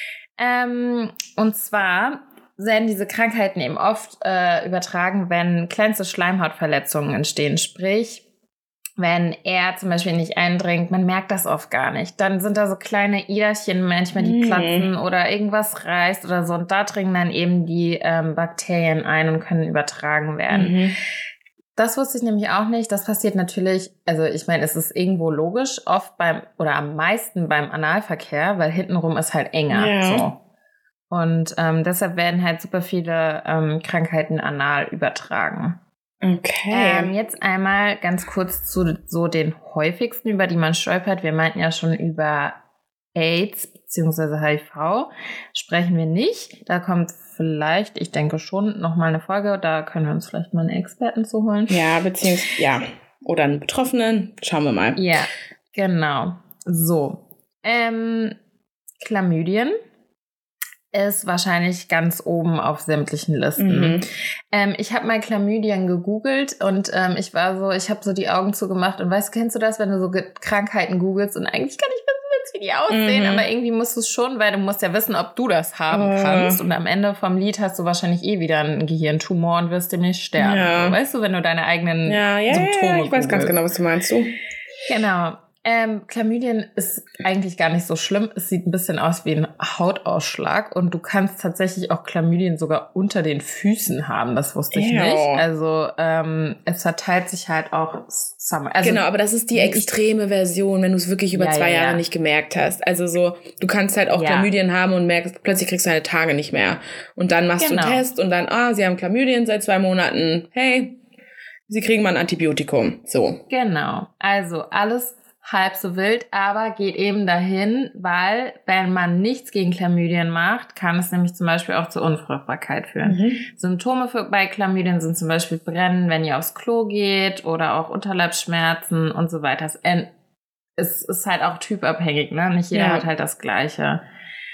Und zwar werden diese Krankheiten eben oft übertragen, wenn kleinste Schleimhautverletzungen entstehen, sprich, wenn er zum Beispiel nicht eindringt, man merkt das oft gar nicht. Dann sind da so kleine Äderchen manchmal, die platzen oder irgendwas reißt oder so. Und da dringen dann eben die Bakterien ein und können übertragen werden. Das wusste ich nämlich auch nicht. Das passiert natürlich, also ich meine, es ist irgendwo logisch, oft am meisten beim Analverkehr, weil hintenrum ist halt enger. Ja. So. Und deshalb werden halt super viele Krankheiten anal übertragen. Okay. Jetzt einmal ganz kurz zu so den häufigsten, über die man stolpert. Wir meinten ja schon über AIDS bzw. HIV. Sprechen wir nicht. Da kommt vielleicht, ich denke schon, nochmal eine Folge. Da können wir uns vielleicht mal einen Experten zuholen. Ja, oder einen Betroffenen. Schauen wir mal. Ja, genau. So. Chlamydien ist wahrscheinlich ganz oben auf sämtlichen Listen. Ich habe mal Chlamydien gegoogelt und ich habe so die Augen zugemacht und kennst du das, wenn du so Krankheiten googelst und eigentlich gar nicht wissen, wie die aussehen, aber irgendwie musst du es schon, weil du musst ja wissen, ob du das haben kannst und am Ende vom Lied hast du wahrscheinlich wieder einen Gehirntumor und wirst demnächst sterben. Ja. So, weißt du, wenn du deine eigenen Symptome ich weiß ganz genau, was du meinst. Genau. Chlamydien ist eigentlich gar nicht so schlimm. Es sieht ein bisschen aus wie ein Hautausschlag und du kannst tatsächlich auch Chlamydien sogar unter den Füßen haben. Das wusste ich nicht. Also es verteilt sich halt auch zusammen. Also, genau, aber das ist die extreme Version, wenn du es wirklich über 2 Jahre nicht gemerkt hast. Also so, du kannst halt auch Chlamydien haben und merkst, plötzlich kriegst du deine Tage nicht mehr. Und dann machst du einen Test und dann, sie haben Chlamydien seit 2 Monaten. Hey, sie kriegen mal ein Antibiotikum. So. Genau. Also alles halb so wild, aber geht eben dahin, weil wenn man nichts gegen Chlamydien macht, kann es nämlich zum Beispiel auch zur Unfruchtbarkeit führen. Symptome bei Chlamydien sind zum Beispiel Brennen, wenn ihr aufs Klo geht oder auch Unterleibsschmerzen und so weiter. Es ist halt auch typabhängig, ne? Nicht jeder hat halt das Gleiche.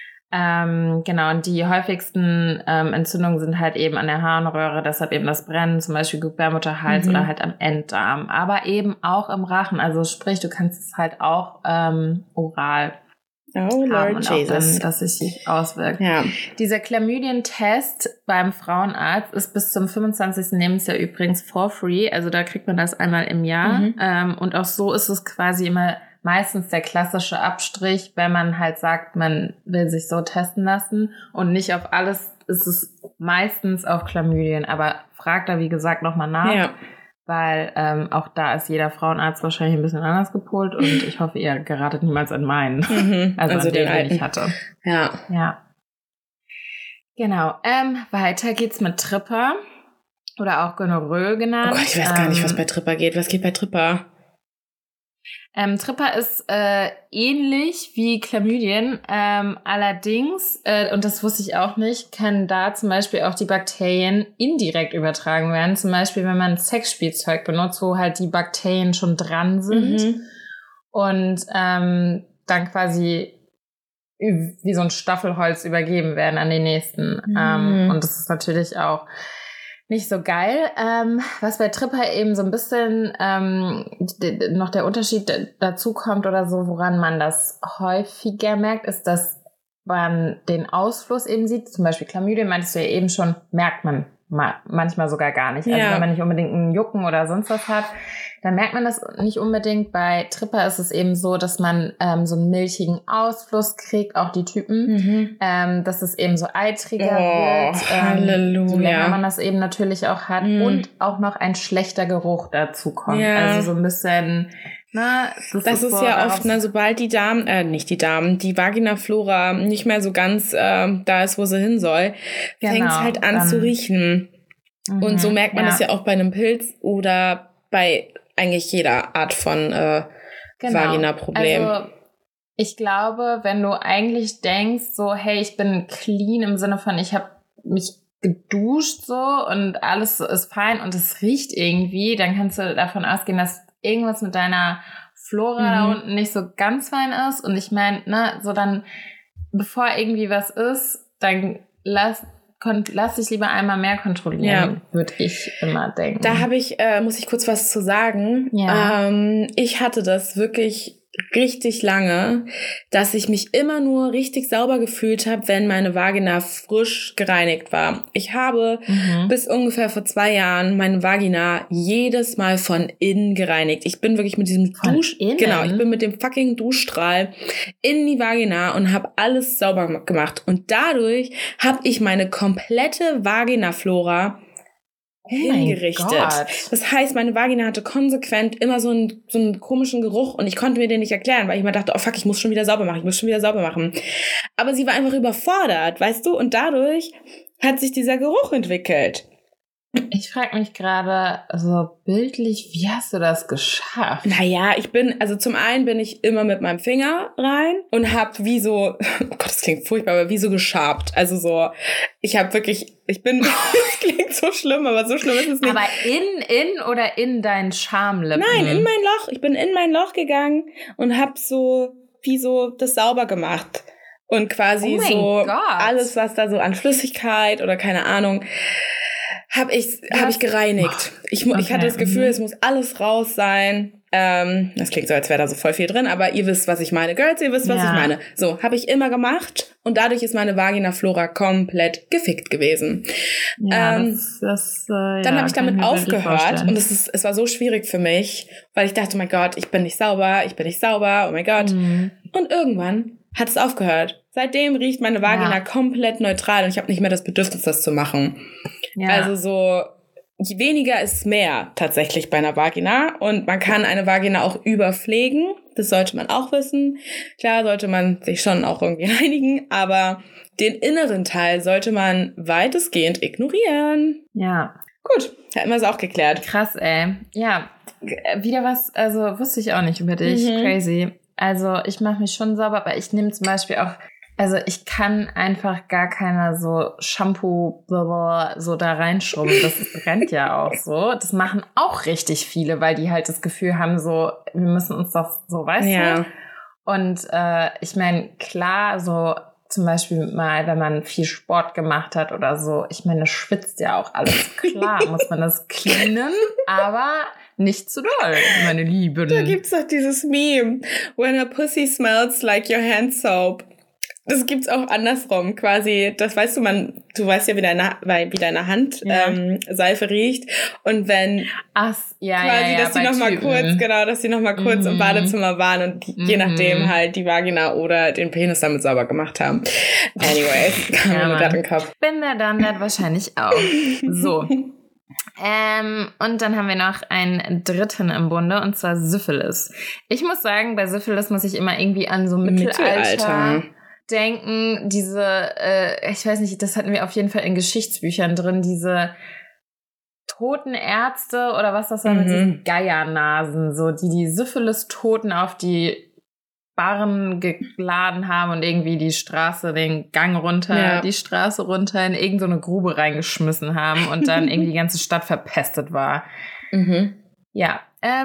Genau, und die häufigsten Entzündungen sind halt eben an der Harnröhre, deshalb eben das Brennen, zum Beispiel Gebärmutterhals oder halt am Enddarm, aber eben auch im Rachen, also sprich, du kannst es halt auch oral haben und auch dann, dass es sich auswirkt. Ja. Dieser Chlamydien-Test beim Frauenarzt ist bis zum 25. Lebensjahr übrigens for free, also da kriegt man das einmal im Jahr und auch so ist es quasi immer meistens der klassische Abstrich, wenn man halt sagt, man will sich so testen lassen und nicht auf alles, ist es meistens auf Chlamydien. Aber fragt da, wie gesagt, nochmal nach, weil auch da ist jeder Frauenarzt wahrscheinlich ein bisschen anders gepolt und ich hoffe, ihr geratet niemals an meinen. Also an den ich hatte. Ja. Genau. Weiter geht's mit Tripper oder auch Gonorrhoe genannt. Oh Gott, ich weiß gar nicht, was bei Tripper geht. Was geht bei Tripper? Tripper ist ähnlich wie Chlamydien, allerdings, und das wusste ich auch nicht, können da zum Beispiel auch die Bakterien indirekt übertragen werden. Zum Beispiel, wenn man Sexspielzeug benutzt, wo halt die Bakterien schon dran sind und dann quasi wie so ein Staffelholz übergeben werden an den nächsten. Und das ist natürlich auch nicht so geil. Was bei Tripper eben so ein bisschen noch der Unterschied dazu kommt oder so, woran man das häufiger merkt, ist, dass man den Ausfluss eben sieht. Zum Beispiel Chlamydien, meintest du ja eben schon, merkt man manchmal sogar gar nicht. Also wenn man nicht unbedingt einen Jucken oder sonst was hat, dann merkt man das nicht unbedingt. Bei Tripper ist es eben so, dass man so einen milchigen Ausfluss kriegt, auch die Typen, dass es eben so eitriger wird. Halleluja. Je länger man das eben natürlich auch hat und auch noch ein schlechter Geruch dazu kommt. Also so ein bisschen... Das ist so ja oft, sobald die die Vaginaflora nicht mehr so ganz da ist, wo sie hin soll, fängt es halt an zu riechen. Und so merkt man das ja auch bei einem Pilz oder bei eigentlich jeder Art von Vagina-Problem. Also ich glaube, wenn du eigentlich denkst, so, hey, ich bin clean im Sinne von, ich habe mich geduscht so und alles ist fein und es riecht irgendwie, dann kannst du davon ausgehen, dass irgendwas mit deiner Flora da unten nicht so ganz fein ist. Und ich meine, ne, so dann, bevor irgendwie was ist, dann lass dich lieber einmal mehr kontrollieren, würde ich immer denken. Da muss ich kurz was zu sagen. Ja. Ich hatte das wirklich richtig lange, dass ich mich immer nur richtig sauber gefühlt habe, wenn meine Vagina frisch gereinigt war. Ich habe bis ungefähr vor 2 Jahren meine Vagina jedes Mal von innen gereinigt. Ich bin wirklich mit diesem Genau, ich bin mit dem fucking Duschstrahl in die Vagina und habe alles sauber gemacht. Und dadurch habe ich meine komplette Vaginaflora hingerichtet. Das heißt, meine Vagina hatte konsequent immer so einen komischen Geruch und ich konnte mir den nicht erklären, weil ich immer dachte, oh fuck, ich muss schon wieder sauber machen. Aber sie war einfach überfordert, weißt du? Und dadurch hat sich dieser Geruch entwickelt. Ich frage mich gerade, so bildlich, wie hast du das geschafft? Naja, zum einen bin ich immer mit meinem Finger rein und hab wie so, oh Gott, das klingt furchtbar, aber wie so geschabt. Also so, das klingt so schlimm, aber so schlimm ist es nicht. Aber in oder in deinen Schamlippen? Nein, in mein Loch. Ich bin in mein Loch gegangen und hab so, wie so das sauber gemacht. Und quasi alles, was da so an Flüssigkeit oder keine Ahnung, hab ich gereinigt. Ich hatte das Gefühl, es muss alles raus sein. Das klingt so, als wäre da so voll viel drin, aber ihr wisst, was ich meine. Girls, ihr wisst, was ich meine. So, habe ich immer gemacht und dadurch ist meine Vaginaflora komplett gefickt gewesen. Ja, dann habe ich damit aufgehört und es war so schwierig für mich, weil ich dachte, oh mein Gott, ich bin nicht sauber, oh mein Gott. Und irgendwann hat es aufgehört. Seitdem riecht meine Vagina komplett neutral und ich habe nicht mehr das Bedürfnis, das zu machen. Ja. Also so, weniger ist mehr tatsächlich bei einer Vagina und man kann eine Vagina auch überpflegen. Das sollte man auch wissen. Klar sollte man sich schon auch irgendwie reinigen, aber den inneren Teil sollte man weitestgehend ignorieren. Ja. Gut, hätten wir es auch geklärt. Krass, ey. Ja, wieder was, also wusste ich auch nicht über dich. Crazy. Also ich mache mich schon sauber, aber ich nehme zum Beispiel auch, also ich kann einfach gar keiner so Shampoo so da reinschrubben. Das brennt ja auch so. Das machen auch richtig viele, weil die halt das Gefühl haben, so, wir müssen uns doch so, weißt du? Und ich meine, klar, so zum Beispiel mal, wenn man viel Sport gemacht hat oder so, ich meine, das schwitzt ja auch alles. Klar, muss man das cleanen, aber nicht zu doll, meine Lieben. Da gibt's doch dieses Meme, when a pussy smells like your hand soap. Das gibt's auch andersrum, quasi. Das weißt du, du weißt ja, wie deine Hand Seife riecht. Und wenn dass die noch mal kurz im Badezimmer waren und je nachdem halt die Vagina oder den Penis damit sauber gemacht haben. Anyways, kam mir nur gerade im Kopf. Bin der dann wahrscheinlich auch. So. Und dann haben wir noch einen dritten im Bunde, und zwar Syphilis. Ich muss sagen, bei Syphilis muss ich immer irgendwie an so Mittelalter denken, diese, ich weiß nicht, das hatten wir auf jeden Fall in Geschichtsbüchern drin, diese toten Ärzte oder was das war mit diesen Geiernasen, so, die Syphilis-Toten auf die Barren geladen haben und irgendwie die Straße, den Gang runter, die Straße runter in irgendeine Grube reingeschmissen haben und dann irgendwie die ganze Stadt verpestet war. Ja,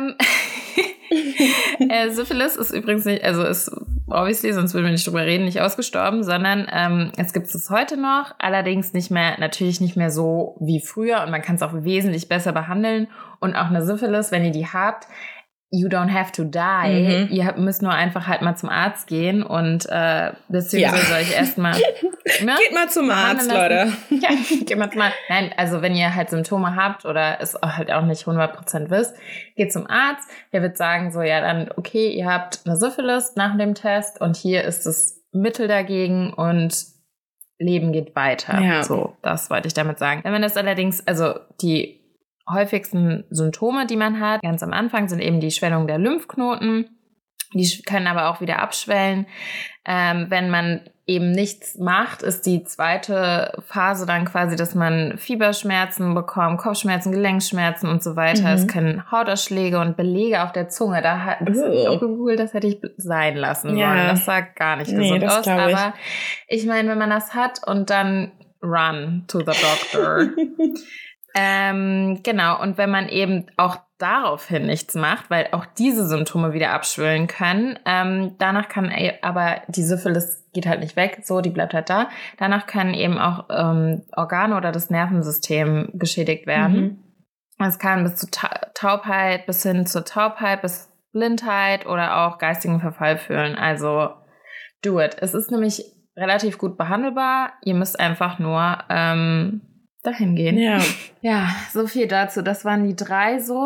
Syphilis ist übrigens nicht, also ist obviously, sonst würden wir nicht drüber reden, nicht ausgestorben, sondern es gibt es heute noch, allerdings natürlich nicht mehr so wie früher und man kann es auch wesentlich besser behandeln und auch eine Syphilis, wenn ihr die habt, you don't have to die. Ihr müsst nur einfach halt mal zum Arzt gehen und beziehungsweise soll ich erstmal geht mal zum Arzt, Leute. Ja, geht mal zum Arzt. Nein, also wenn ihr halt Symptome habt oder es halt auch nicht 100% wisst, geht zum Arzt. Der wird sagen so, ja dann, okay, ihr habt eine Syphilis nach dem Test und hier ist das Mittel dagegen und Leben geht weiter. Ja. So, das wollte ich damit sagen. Wenn man das allerdings, also die häufigsten Symptome, die man hat, ganz am Anfang, sind eben die Schwellung der Lymphknoten. Die können aber auch wieder abschwellen. Wenn man eben nichts macht, ist die zweite Phase dann quasi, dass man Fieberschmerzen bekommt, Kopfschmerzen, Gelenkschmerzen und so weiter. Es können Hautausschläge und Belege auf der Zunge. Das habe ich auch gegoogelt, das hätte ich sein lassen sollen. Das sah gar nicht gesund aus. Aber ich meine, wenn man das hat und dann run to the doctor. Genau, und wenn man eben auch daraufhin nichts macht, weil auch diese Symptome wieder abschwillen können, danach kann aber die Syphilis geht halt nicht weg, so, die bleibt halt da. Danach können eben auch Organe oder das Nervensystem geschädigt werden. Es kann bis zu Taubheit, bis hin zur Taubheit, bis Blindheit oder auch geistigen Verfall führen. Also do it. Es ist nämlich relativ gut behandelbar. Ihr müsst einfach nur dahin gehen. Ja, so viel dazu. Das waren die 3 so,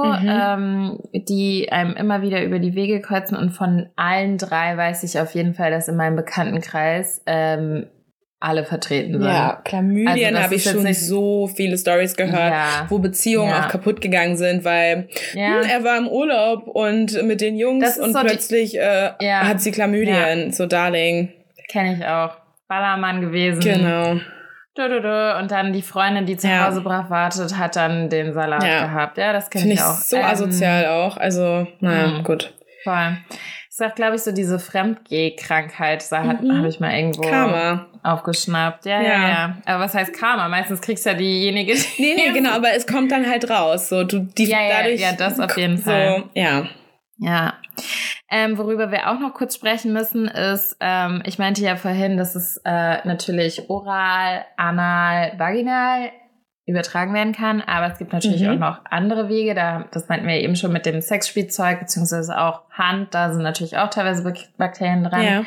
die einem immer wieder über die Wege kreuzen. Und von allen 3 weiß ich auf jeden Fall, dass in meinem Bekanntenkreis alle vertreten sind. Ja, Chlamydien habe ich schon so viele Stories gehört, wo Beziehungen auch kaputt gegangen sind, weil er war im Urlaub und mit den Jungs und so plötzlich hat sie Chlamydien. So, Darling. Kenne ich auch. Ballermann gewesen. Genau. Und dann die Freundin, die zu Hause brav wartet, hat dann den Salat gehabt. Ja, das kenne ich auch. So asozial auch. Also, naja, gut. Voll. Ich sag, glaube ich, so diese Fremdgeh-Krankheit, habe ich mal irgendwo aufgeschnappt. Ja. Aber was heißt Karma? Meistens kriegst du ja diejenige, Nee, genau, aber es kommt dann halt raus. So, dadurch, das auf jeden Fall. So, Ja. Worüber wir auch noch kurz sprechen müssen, ist, ich meinte ja vorhin, dass es natürlich oral, anal, vaginal übertragen werden kann, aber es gibt natürlich auch noch andere Wege, das meinten wir eben schon mit dem Sexspielzeug, beziehungsweise auch Hand, da sind natürlich auch teilweise Bakterien dran. Ja.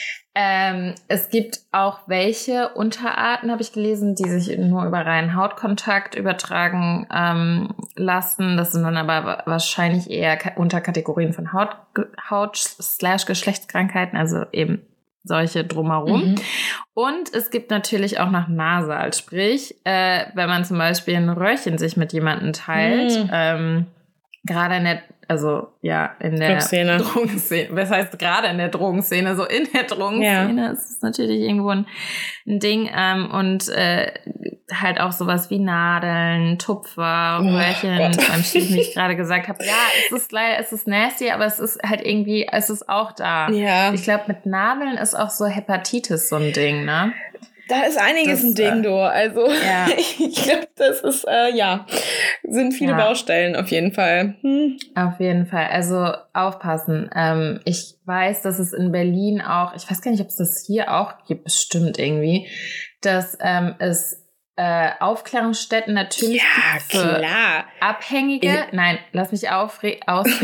Es gibt auch welche Unterarten, habe ich gelesen, die sich nur über reinen Hautkontakt übertragen lassen. Das sind dann aber wahrscheinlich eher Unterkategorien von Haut/Geschlechtskrankheiten, also eben solche drumherum. Und es gibt natürlich auch noch nasal, sprich, wenn man zum Beispiel ein Röhrchen sich mit jemandem teilt, gerade in der Drogenszene. Was heißt gerade in der Drogenszene? So in der Drogenszene ist es natürlich irgendwo ein Ding. Und halt auch sowas wie Nadeln, Tupfer, Röhrchen, wie ich gerade gesagt habe. Ja, es ist nasty, aber es ist halt irgendwie, es ist auch da. Ja. Ich glaube, mit Nadeln ist auch so Hepatitis so ein Ding, ne? Da ist einiges ein Ding, du. Also ich glaube, das ist, sind viele Baustellen auf jeden Fall. Auf jeden Fall. Also aufpassen. Ich weiß, dass es in Berlin auch, ich weiß gar nicht, ob es das hier auch gibt, bestimmt irgendwie, dass es Aufklärungsstätten natürlich gibt für Abhängige. Nein, lass mich ausreden.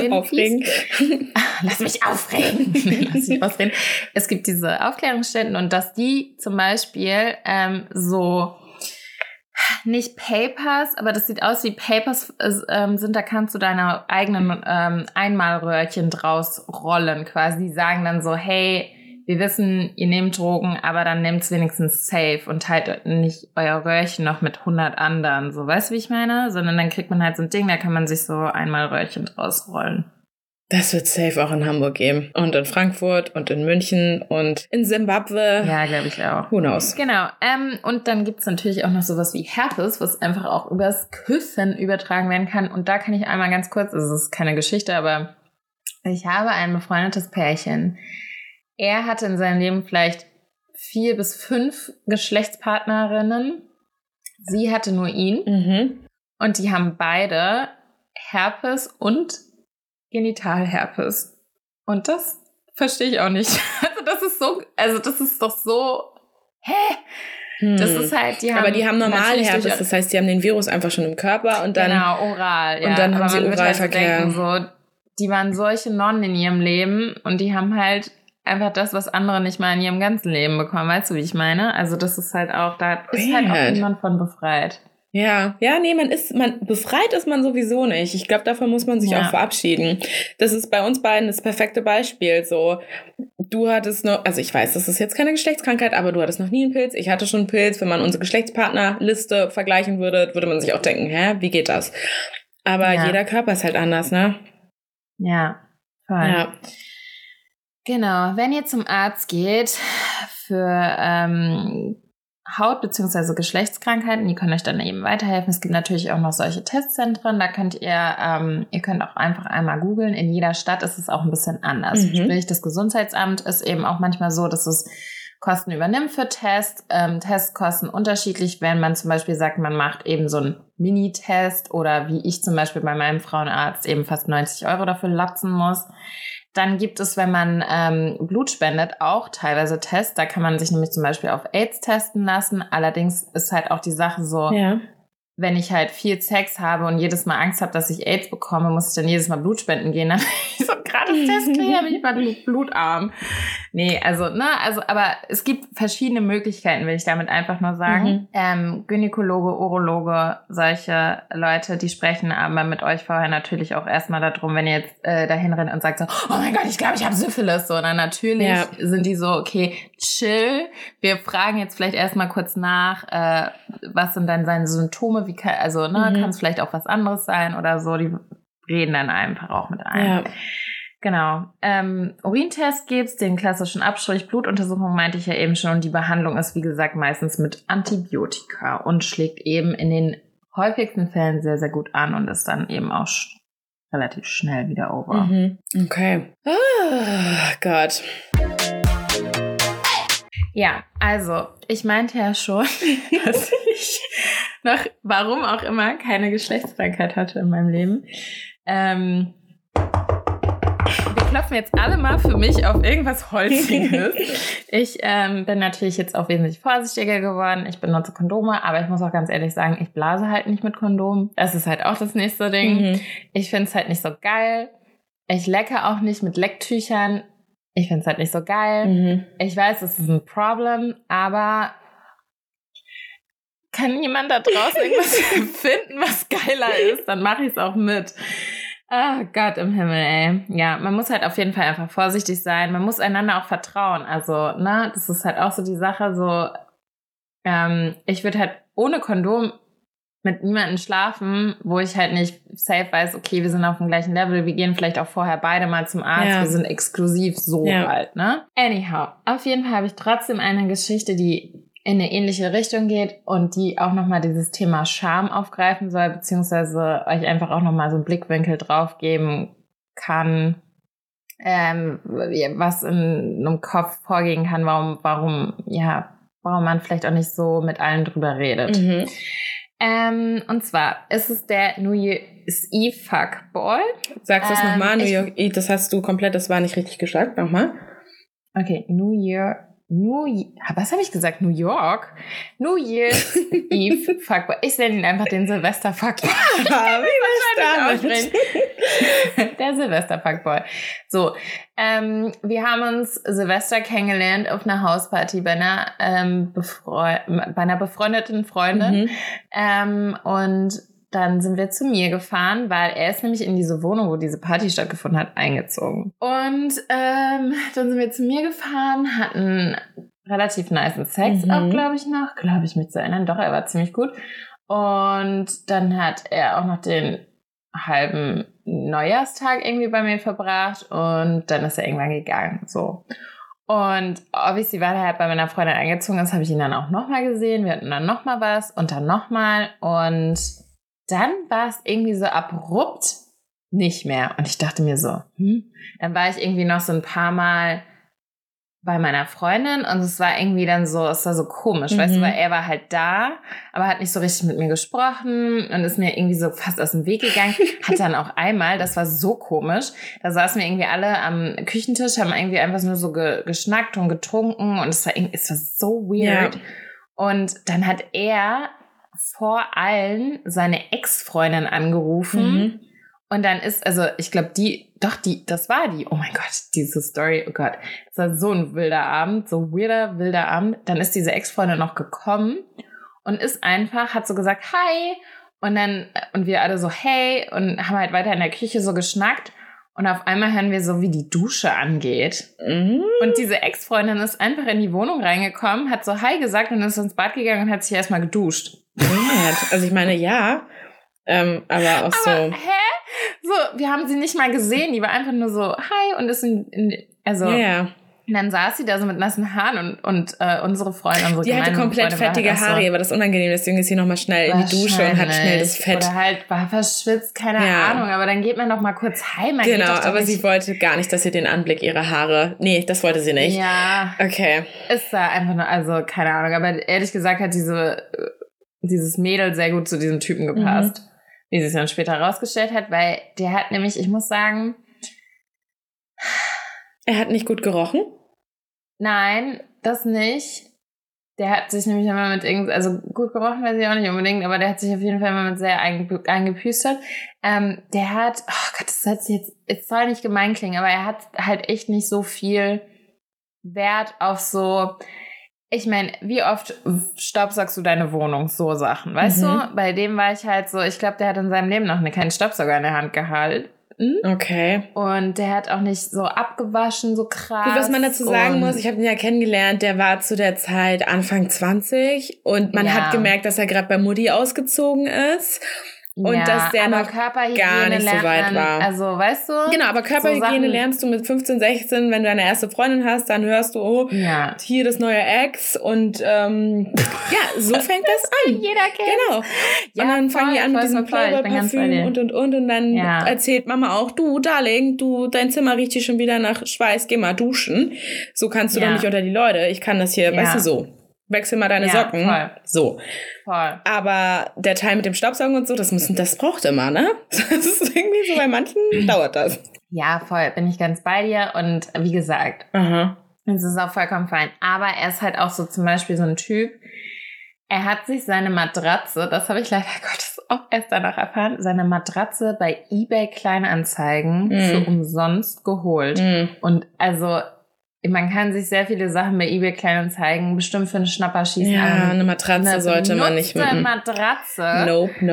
Lass mich aufregen. Lass mich ausreden. Es gibt diese Aufklärungsstätten und dass die zum Beispiel so nicht Papers, aber das sieht aus wie Papers sind, da kannst du deine eigenen Einmalröhrchen draus rollen quasi. Die sagen dann so, hey, wir wissen, ihr nehmt Drogen, aber dann nehmt's wenigstens safe und teilt nicht euer Röhrchen noch mit 100 anderen. So, weißt du, wie ich meine? Sondern dann kriegt man halt so ein Ding, da kann man sich so einmal Röhrchen draus rollen. Das wird safe auch in Hamburg geben. Und in Frankfurt und in München und in Simbabwe. Ja, glaube ich auch. Who knows? Genau. Und dann gibt's natürlich auch noch sowas wie Herpes, was einfach auch übers Küssen übertragen werden kann. Und da kann ich einmal ganz kurz, es ist keine Geschichte, aber ich habe ein befreundetes Pärchen. Er hatte in seinem Leben vielleicht 4 bis 5 Geschlechtspartnerinnen. Sie hatte nur ihn. Und die haben beide Herpes und Genitalherpes. Und das verstehe ich auch nicht. Das ist doch so, Das ist halt, aber die haben normal Herpes, das heißt, die haben den Virus einfach schon im Körper und dann... Genau, oral, ja. Und dann haben sie Oralverkehr. So, die waren solche Nonnen in ihrem Leben und die haben halt einfach das, was andere nicht mal in ihrem ganzen Leben bekommen. Weißt du, wie ich meine? Also das ist halt auch, da ist halt auch niemand von befreit. Ja, nee, befreit ist man sowieso nicht. Ich glaube, davon muss man sich auch verabschieden. Das ist bei uns beiden das perfekte Beispiel. So, du hattest noch, also ich weiß, das ist jetzt keine Geschlechtskrankheit, aber du hattest noch nie einen Pilz. Ich hatte schon einen Pilz. Wenn man unsere Geschlechtspartnerliste vergleichen würde, würde man sich auch denken, wie geht das? Aber jeder Körper ist halt anders, ne? Ja, voll. Ja. Genau, wenn ihr zum Arzt geht, für Haut- bzw. Geschlechtskrankheiten, die können euch dann eben weiterhelfen. Es gibt natürlich auch noch solche Testzentren, da könnt ihr könnt auch einfach einmal googeln. In jeder Stadt ist es auch ein bisschen anders. Sprich, das Gesundheitsamt ist eben auch manchmal so, dass es Kosten übernimmt für Tests. Tests kosten unterschiedlich, wenn man zum Beispiel sagt, man macht eben so einen Mini-Test oder wie ich zum Beispiel bei meinem Frauenarzt eben fast 90 € dafür latzen muss. Dann gibt es, wenn man Blut spendet, auch teilweise Tests. Da kann man sich nämlich zum Beispiel auf AIDS testen lassen. Allerdings ist halt auch die Sache so, wenn ich halt viel Sex habe und jedes Mal Angst habe, dass ich AIDS bekomme, muss ich dann jedes Mal Blut spenden gehen. Dann ich so gratis Test kriege, bin ich mal blutarm. Nee, aber es gibt verschiedene Möglichkeiten, will ich damit einfach nur sagen. Gynäkologe, Urologe, solche Leute, die sprechen aber mit euch vorher natürlich auch erstmal darum, wenn ihr jetzt dahin rennt und sagt so, oh mein Gott, ich glaube, ich habe Syphilis. So, dann natürlich sind die so, okay, chill. Wir fragen jetzt vielleicht erstmal kurz nach, was sind dann seine Symptome, kann es vielleicht auch was anderes sein oder so. Die reden dann einfach auch mit einem. Ja. Genau. Urintest gibt's, den klassischen Abstrich, Blutuntersuchung meinte ich ja eben schon. Und die Behandlung ist, wie gesagt, meistens mit Antibiotika und schlägt eben in den häufigsten Fällen sehr, sehr gut an und ist dann eben auch relativ schnell wieder over. Okay. Oh Gott. Ja, also, ich meinte ja schon, dass ich noch, warum auch immer, keine Geschlechtskrankheit hatte in meinem Leben. Wir klopfen jetzt alle mal für mich auf irgendwas Holziges. Ich bin natürlich jetzt auch wesentlich vorsichtiger geworden. Ich benutze Kondome, aber ich muss auch ganz ehrlich sagen, ich blase halt nicht mit Kondom. Das ist halt auch das nächste Ding. Ich finde es halt nicht so geil. Ich lecke auch nicht mit Lecktüchern. Ich finde es halt nicht so geil. Ich weiß, es ist ein Problem, aber kann jemand da draußen irgendwas finden, was geiler ist? Dann mache ich es auch mit. Ah, Gott im Himmel, ey. Ja, man muss halt auf jeden Fall einfach vorsichtig sein. Man muss einander auch vertrauen. Also, das ist halt auch so die Sache, so, ich würde halt ohne Kondom mit niemandem schlafen, wo ich halt nicht safe weiß, okay, wir sind auf dem gleichen Level, wir gehen vielleicht auch vorher beide mal zum Arzt, wir sind exklusiv so halt, ne? Anyhow, auf jeden Fall habe ich trotzdem eine Geschichte, die in eine ähnliche Richtung geht und die auch nochmal dieses Thema Scham aufgreifen soll, beziehungsweise euch einfach auch nochmal so einen Blickwinkel drauf geben kann, was in einem Kopf vorgehen kann, warum man vielleicht auch nicht so mit allen drüber redet. Und zwar ist es der New Year's Eve Fuckboy. Sagst du es nochmal? New Year's Eve, das hast du komplett, das war nicht richtig gesagt. Nochmal. Okay, was habe ich gesagt? New York? New Year's Eve Fuckboy. Ich nenne ihn einfach den Silvester Fuckboy. Der Silvester Fuckboy. So, wir haben uns Silvester kennengelernt auf einer Hausparty bei einer befreundeten Freundin. Und dann sind wir zu mir gefahren, weil er ist nämlich in diese Wohnung, wo diese Party stattgefunden hat, eingezogen. Und dann sind wir zu mir gefahren, hatten relativ nice Sex auch, glaube ich, mich zu erinnern. Doch, er war ziemlich gut. Und dann hat er auch noch den halben Neujahrstag irgendwie bei mir verbracht und dann ist er irgendwann gegangen, so. Und obviously war er halt bei meiner Freundin eingezogen, das habe ich ihn dann auch nochmal gesehen. Wir hatten dann nochmal was und dann nochmal und dann war es irgendwie so abrupt nicht mehr. Und ich dachte mir so, Dann war ich irgendwie noch so ein paar Mal bei meiner Freundin und es war irgendwie dann so, es war so komisch, weißt du, weil er war halt da, aber hat nicht so richtig mit mir gesprochen und ist mir irgendwie so fast aus dem Weg gegangen. Hat dann auch einmal, das war so komisch, da saßen wir irgendwie alle am Küchentisch, haben irgendwie einfach nur so geschnackt und getrunken und es war so weird. Ja. Und dann hat er vor allen seine Ex-Freundin angerufen und dann ist, also ich glaube, das war die, oh mein Gott, diese Story, oh Gott, das war so ein wilder Abend, so wilder Abend. Dann ist diese Ex-Freundin noch gekommen und ist einfach, hat so gesagt, hi, und wir alle so, hey, und haben halt weiter in der Küche so geschnackt und auf einmal hören wir so, wie die Dusche angeht. Und diese Ex-Freundin ist einfach in die Wohnung reingekommen, hat so hi gesagt und ist ins Bad gegangen und hat sich erstmal geduscht. Also ich meine, ja, aber auch so. Hä? So, wir haben sie nicht mal gesehen, die war einfach nur so, hi, und ist Ja. Und dann saß sie da so mit nassen Haaren und unsere Freundin, die hatte komplett fettige Haare, aber das ist unangenehm, deswegen ist sie nochmal schnell in die Dusche und hat schnell das Fett. Oder halt war verschwitzt, keine Ahnung, aber dann geht man doch mal kurz heim. Genau, aber sie wollte gar nicht, dass sie den Anblick ihrer Haare, nee, das wollte sie nicht. Ja. Okay. Ist da einfach nur, also keine Ahnung, aber ehrlich gesagt hat dieses Mädel sehr gut zu diesem Typen gepasst, wie sie es dann später rausgestellt hat, weil der hat nämlich, ich muss sagen, er hat nicht gut gerochen? Nein, das nicht. Der hat sich nämlich immer mit also gut gerochen weiß ich auch nicht unbedingt, aber der hat sich auf jeden Fall immer mit sehr eingepüstert. Der hat, oh Gott, das hört sich jetzt, es soll nicht gemein klingen, aber er hat halt echt nicht so viel Wert auf so, ich meine, wie oft staubsaugst du deine Wohnung? So Sachen, weißt du? Bei dem war ich halt so, ich glaube, der hat in seinem Leben noch keinen Staubsauger in der Hand gehalten. Okay. Und der hat auch nicht so abgewaschen, so krass. Gut, was man dazu sagen muss, ich habe ihn ja kennengelernt, der war zu der Zeit Anfang 20 und man hat gemerkt, dass er gerade bei Mutti ausgezogen ist. Und dass der noch gar nicht so weit war. Also, weißt du? Genau, aber Körperhygiene lernst du mit 15, 16, wenn du deine erste Freundin hast, dann hörst du, oh, hier das neue Ex und ja, so fängt das an. Jeder kennt. Genau. Ja, und dann fangen die an mit diesem Playboy-Parfüm und dann erzählt Mama auch, du, Darling, dein Zimmer riecht hier schon wieder nach Schweiß, geh mal duschen. So kannst du doch nicht unter die Leute. Ich kann das hier, weißt du, so. Wechsel mal deine Socken. Voll. So. Voll. Aber der Teil mit dem Staubsaugen und so, das braucht immer, ne? Das ist irgendwie so, bei manchen dauert das. Ja, voll. Bin ich ganz bei dir. Und wie gesagt, es ist auch vollkommen fein. Aber er ist halt auch so zum Beispiel so ein Typ, er hat sich seine Matratze, das habe ich leider Gottes auch erst danach erfahren, seine Matratze bei eBay Kleinanzeigen für umsonst geholt. Und also man kann sich sehr viele Sachen bei eBay Kleinanzeigen bestimmt für einen Schnapper schießen. Ja, eine Matratze sollte man nicht mit. Eine Matratze.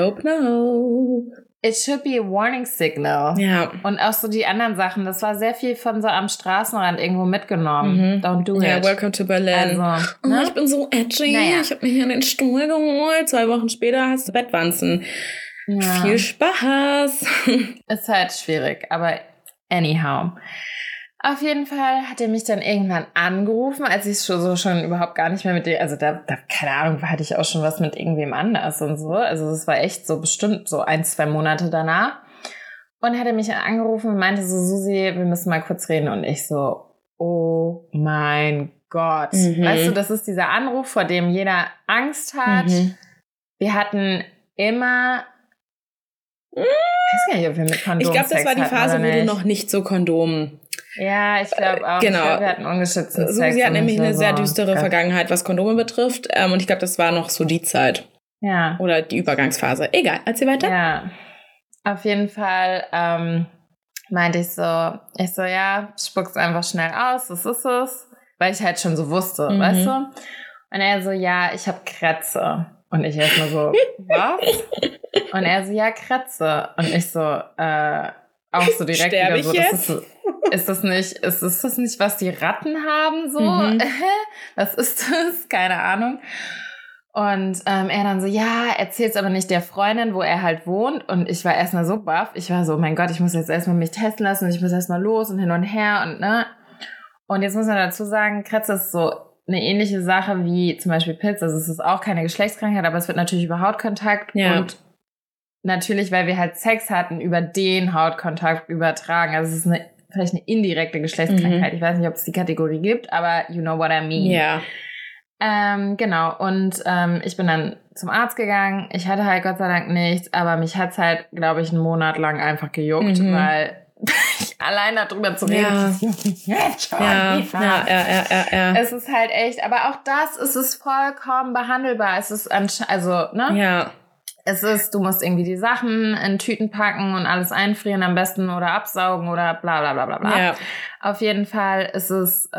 Nope. It should be a warning signal. Ja. Und auch so die anderen Sachen, das war sehr viel von so am Straßenrand irgendwo mitgenommen. Don't do it. Ja, welcome to Berlin. Also, ne? Ich bin so edgy. Naja. Ich habe mir hier den Stuhl geholt. 2 Wochen später hast du Bettwanzen. Ja. Viel Spaß. Ist halt schwierig, aber anyhow. Auf jeden Fall hat er mich dann irgendwann angerufen, als ich schon überhaupt gar nicht mehr mit dir, also da, keine Ahnung, hatte ich auch schon was mit irgendwem anders und so. Also das war echt so bestimmt so 1-2 Monate danach. Und hat er mich angerufen und meinte so, Susi, wir müssen mal kurz reden. Und ich so, oh mein Gott. Weißt du, das ist dieser Anruf, vor dem jeder Angst hat. Wir hatten immer... Ich weiß gar nicht, ob wir mit Kondom Ich glaube, das war die Phase, wo du noch nicht so Kondom... Ja, ich glaube auch. Genau. Ich glaub, wir hatten ungeschützten Sex. Sie hat nämlich eine sehr düstere Vergangenheit, was Kondome betrifft. Und ich glaube, das war noch so die Zeit. Ja. Oder die Übergangsphase. Egal, erzähl weiter. Ja. Auf jeden Fall meinte ich so, ja, spuck's einfach schnell aus, das ist es. Weil ich halt schon so wusste, weißt du? Und er so, ja, ich habe Krätze. Und ich erstmal so, was? Und er so, ja, Krätze. Und ich so, auch so direkt Sterbe wieder so, ich jetzt? Ist das nicht, was die Ratten haben, so? Was ist das? Keine Ahnung. Und er dann so, ja, erzähl's aber nicht der Freundin, wo er halt wohnt. Und ich war erstmal so baff. Ich war so, mein Gott, ich muss jetzt erstmal mich testen lassen und ich muss erstmal los und hin und her und ne. Und jetzt muss man dazu sagen, Krätze ist so eine ähnliche Sache wie zum Beispiel Pilz. Also es ist auch keine Geschlechtskrankheit, aber es wird natürlich über Hautkontakt und natürlich, weil wir halt Sex hatten, über den Hautkontakt übertragen. Also es ist vielleicht eine indirekte Geschlechtskrankheit. Ich weiß nicht, ob es die Kategorie gibt, aber you know what I mean. Ja. Genau. Und ich bin dann zum Arzt gegangen. Ich hatte halt Gott sei Dank nichts, aber mich hat's halt, glaube ich, einen Monat lang einfach gejuckt, weil ich allein darüber zu reden, Es ist halt echt, aber auch das ist es vollkommen behandelbar. Es ist es ist, du musst irgendwie die Sachen in Tüten packen und alles einfrieren am besten oder absaugen oder bla bla bla bla bla. Ja. Auf jeden Fall ist es,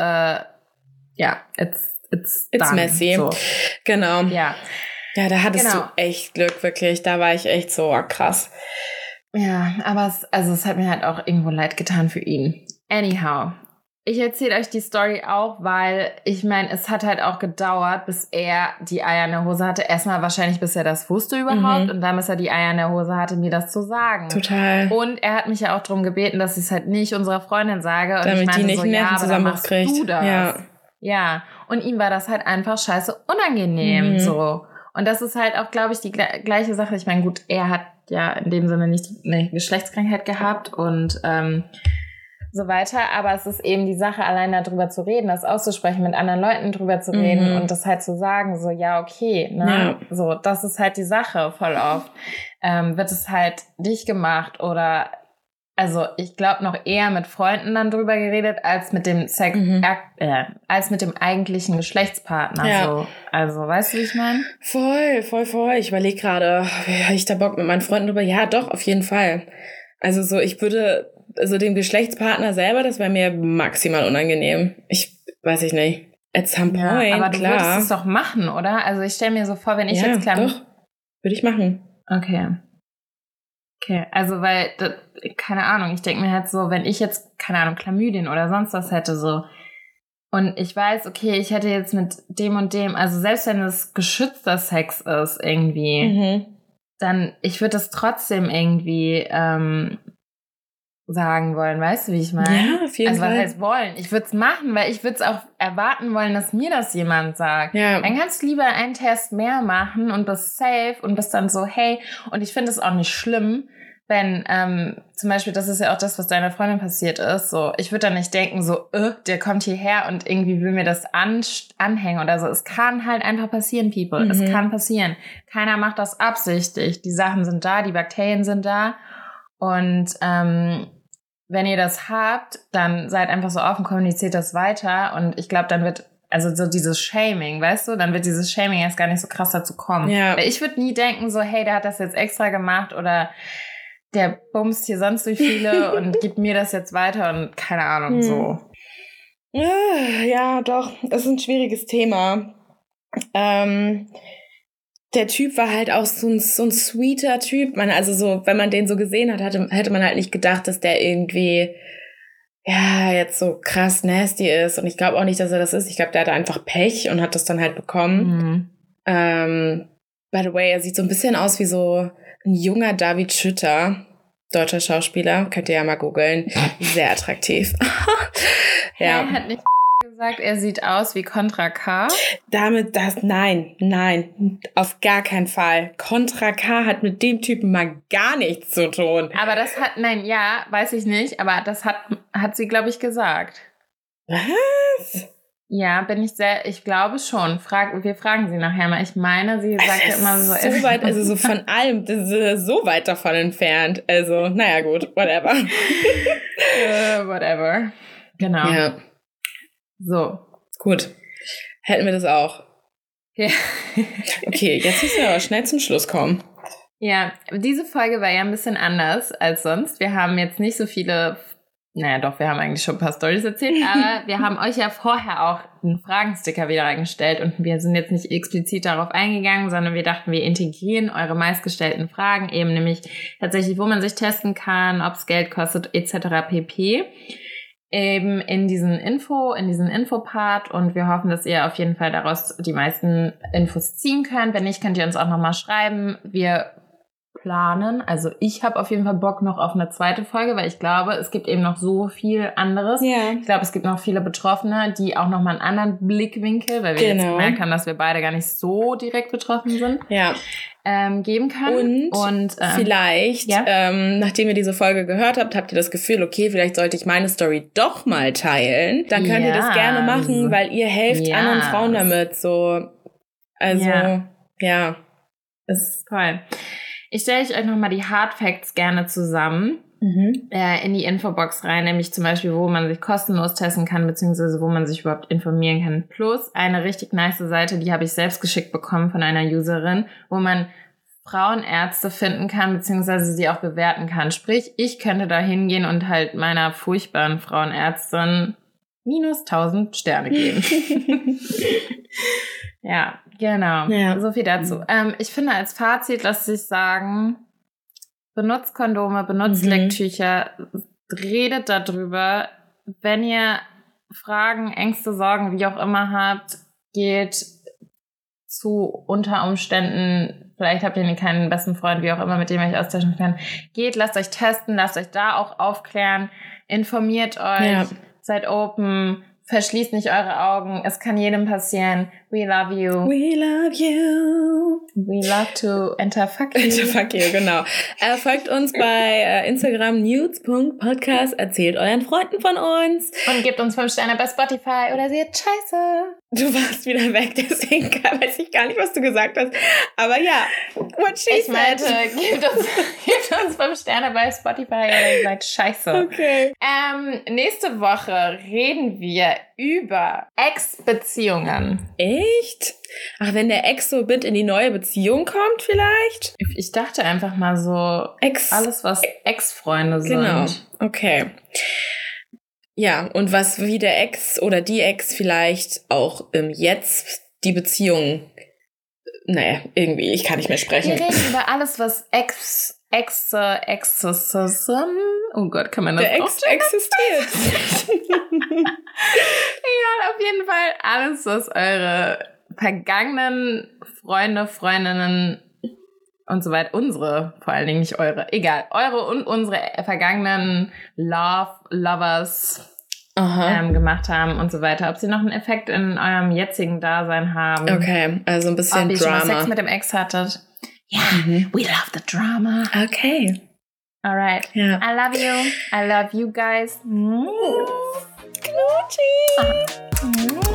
it's messy. So. Genau. Ja. Ja, da hattest du echt Glück, wirklich. Da war ich echt so, krass. Ja, aber es hat mir halt auch irgendwo leid getan für ihn. Anyhow. Ich erzähle euch die Story auch, weil ich meine, es hat halt auch gedauert, bis er die Eier in der Hose hatte. Erstmal wahrscheinlich, bis er das wusste überhaupt und dann, bis er die Eier in der Hose hatte, mir das zu sagen. Total. Und er hat mich ja auch darum gebeten, dass ich es halt nicht unserer Freundin sage. Und damit ich meinte die nicht so, einen ja, aber dann machst kriegt. du das. Ja. Und ihm war das halt einfach scheiße unangenehm, so. Und das ist halt auch, glaube ich, die gleiche Sache. Ich meine, gut, er hat ja in dem Sinne nicht eine Geschlechtskrankheit gehabt und so weiter, aber es ist eben die Sache, allein darüber zu reden, das auszusprechen, mit anderen Leuten drüber zu reden und das halt zu sagen, so, ja, okay, ne, so, das ist halt die Sache voll oft, wird es halt nicht gemacht oder, also, ich glaube noch eher mit Freunden dann drüber geredet, als mit dem als mit dem eigentlichen Geschlechtspartner, so, also, weißt du, wie ich meine? Voll, ich überlege gerade, habe ich da Bock mit meinen Freunden drüber? Ja, doch, auf jeden Fall. Also so, ich würde, also dem Geschlechtspartner selber, das wäre mir maximal unangenehm. Weiß ich nicht. At some point, aber du klar. würdest es doch machen, oder? Also ich stelle mir so vor, wenn ich jetzt klar... Ja, doch. Würde ich machen. Okay, also weil, keine Ahnung, ich denke mir halt so, wenn ich jetzt, keine Ahnung, Chlamydien oder sonst was hätte, so, und ich weiß, okay, ich hätte jetzt mit dem und dem, also selbst wenn es geschützter Sex ist irgendwie, dann, ich würde das trotzdem irgendwie sagen wollen, weißt du, wie ich meine? Ja, auf jeden Fall. Also was heißt wollen? Ich würde es machen, weil ich würde es auch erwarten wollen, dass mir das jemand sagt. Ja. Dann kannst du lieber einen Test mehr machen und bist safe und bist dann so, hey, und ich finde es auch nicht schlimm, wenn, zum Beispiel, das ist ja auch das, was deiner Freundin passiert ist, so, ich würde dann nicht denken, so, der kommt hierher und irgendwie will mir das anhängen oder so. Es kann halt einfach passieren, people. Es kann passieren. Keiner macht das absichtlich. Die Sachen sind da, die Bakterien sind da. Und wenn ihr das habt, dann seid einfach so offen, kommuniziert das weiter. Und ich glaube, dann wird, also so dieses Shaming, weißt du, dann wird dieses Shaming erst gar nicht so krass dazu kommen. Ja. Weil ich würde nie denken, so, hey, der hat das jetzt extra gemacht oder der bumst hier sonst wie viele und gibt mir das jetzt weiter und keine Ahnung, so. Ja, doch, das ist ein schwieriges Thema. Der Typ war halt auch so ein sweeter Typ. Also so, wenn man den so gesehen hat, hätte man halt nicht gedacht, dass der irgendwie, ja, jetzt so krass nasty ist. Und ich glaube auch nicht, dass er das ist. Ich glaube, der hatte einfach Pech und hat das dann halt bekommen. By the way, er sieht so ein bisschen aus wie so ein junger David Schütter, deutscher Schauspieler. Könnt ihr ja mal googeln. Sehr attraktiv. Ja. Er hat nicht gesagt, er sieht aus wie Contra K. Nein, auf gar keinen Fall. Contra K hat mit dem Typen mal gar nichts zu tun. Aber das weiß ich nicht, aber das hat sie, glaube ich, gesagt. Was? Ja, ich glaube schon. Wir fragen sie nachher mal. Ich meine, sie sagt ja immer so. So weit, also so von allem, das ist so weit davon entfernt. Also, naja, gut, whatever. Whatever. Genau. Ja. So. Gut. Hätten wir das auch. Ja. Okay, jetzt müssen wir aber schnell zum Schluss kommen. Ja, diese Folge war ja ein bisschen anders als sonst. Wir haben jetzt nicht so viele. Naja, doch, wir haben eigentlich schon ein paar Storys erzählt, aber wir haben euch ja vorher auch einen Fragensticker wieder reingestellt und wir sind jetzt nicht explizit darauf eingegangen, sondern wir dachten, wir integrieren eure meistgestellten Fragen, eben nämlich tatsächlich, wo man sich testen kann, ob es Geld kostet, etc. pp. Eben in diesen Infopart und wir hoffen, dass ihr auf jeden Fall daraus die meisten Infos ziehen könnt. Wenn nicht, könnt ihr uns auch nochmal schreiben. Wir planen. Also ich habe auf jeden Fall Bock noch auf eine zweite Folge, weil ich glaube, es gibt eben noch so viel anderes. Ja. Ich glaube, es gibt noch viele Betroffene, die auch nochmal einen anderen Blickwinkel, weil wir jetzt gemerkt haben, dass wir beide gar nicht so direkt betroffen sind, geben können. Und vielleicht, nachdem ihr diese Folge gehört habt, habt ihr das Gefühl, okay, vielleicht sollte ich meine Story doch mal teilen. Dann könnt ihr das gerne machen, weil ihr helft anderen Frauen damit. So, also, ja. Das ist toll. Ich stelle euch nochmal die Hard Facts gerne zusammen in die Infobox rein, nämlich zum Beispiel, wo man sich kostenlos testen kann, beziehungsweise wo man sich überhaupt informieren kann. Plus eine richtig nice Seite, die habe ich selbst geschickt bekommen von einer Userin, wo man Frauenärzte finden kann, beziehungsweise sie auch bewerten kann. Sprich, ich könnte da hingehen und halt meiner furchtbaren Frauenärztin -1000 Sterne geben. Ja, genau. Ja. So viel dazu. Ich finde, als Fazit lässt sich sagen, benutzt Kondome, benutzt Lecktücher, redet darüber. Wenn ihr Fragen, Ängste, Sorgen, wie auch immer habt, geht zu unter Umständen, vielleicht habt ihr keinen besten Freund, wie auch immer, mit dem ihr euch austauschen könnt. Geht, lasst euch testen, lasst euch da auch aufklären, informiert euch, seid open, verschließt nicht eure Augen, es kann jedem passieren. We love you. We love you. We love to enter fuck you. Enter fuck you, genau. Folgt uns bei Instagram nudes.podcast, erzählt euren Freunden von uns. Und gebt uns 5 Sterne bei Spotify oder seht scheiße. Du warst wieder weg, deswegen weiß ich gar nicht, was du gesagt hast. Aber ja, what she said. Ich meinte, gebt uns 5 Sterne bei Spotify oder ihr seid scheiße. Okay. Nächste Woche reden wir über Ex-Beziehungen. Echt? Ach, wenn der Ex so mit in die neue Beziehung kommt vielleicht? Ich dachte einfach mal so, alles was Ex-Freunde sind. Genau, okay. Ja, und wie der Ex oder die Ex vielleicht auch jetzt die Beziehung, naja, irgendwie, ich kann nicht mehr sprechen. Wir reden über alles, was oh Gott, kann man das der Ex existiert. Ja, auf jeden Fall alles, was eure vergangenen Freunde, Freundinnen und so weiter, unsere, vor allen Dingen nicht eure, egal, eure und unsere vergangenen Lovers gemacht haben und so weiter. Ob sie noch einen Effekt in eurem jetzigen Dasein haben. Okay, also ein bisschen Drama. Ob ihr schon mal Sex mit dem Ex hattet. Ja, we love the drama. Okay. Alright. Ja. I love you. I love you guys. Knutschig.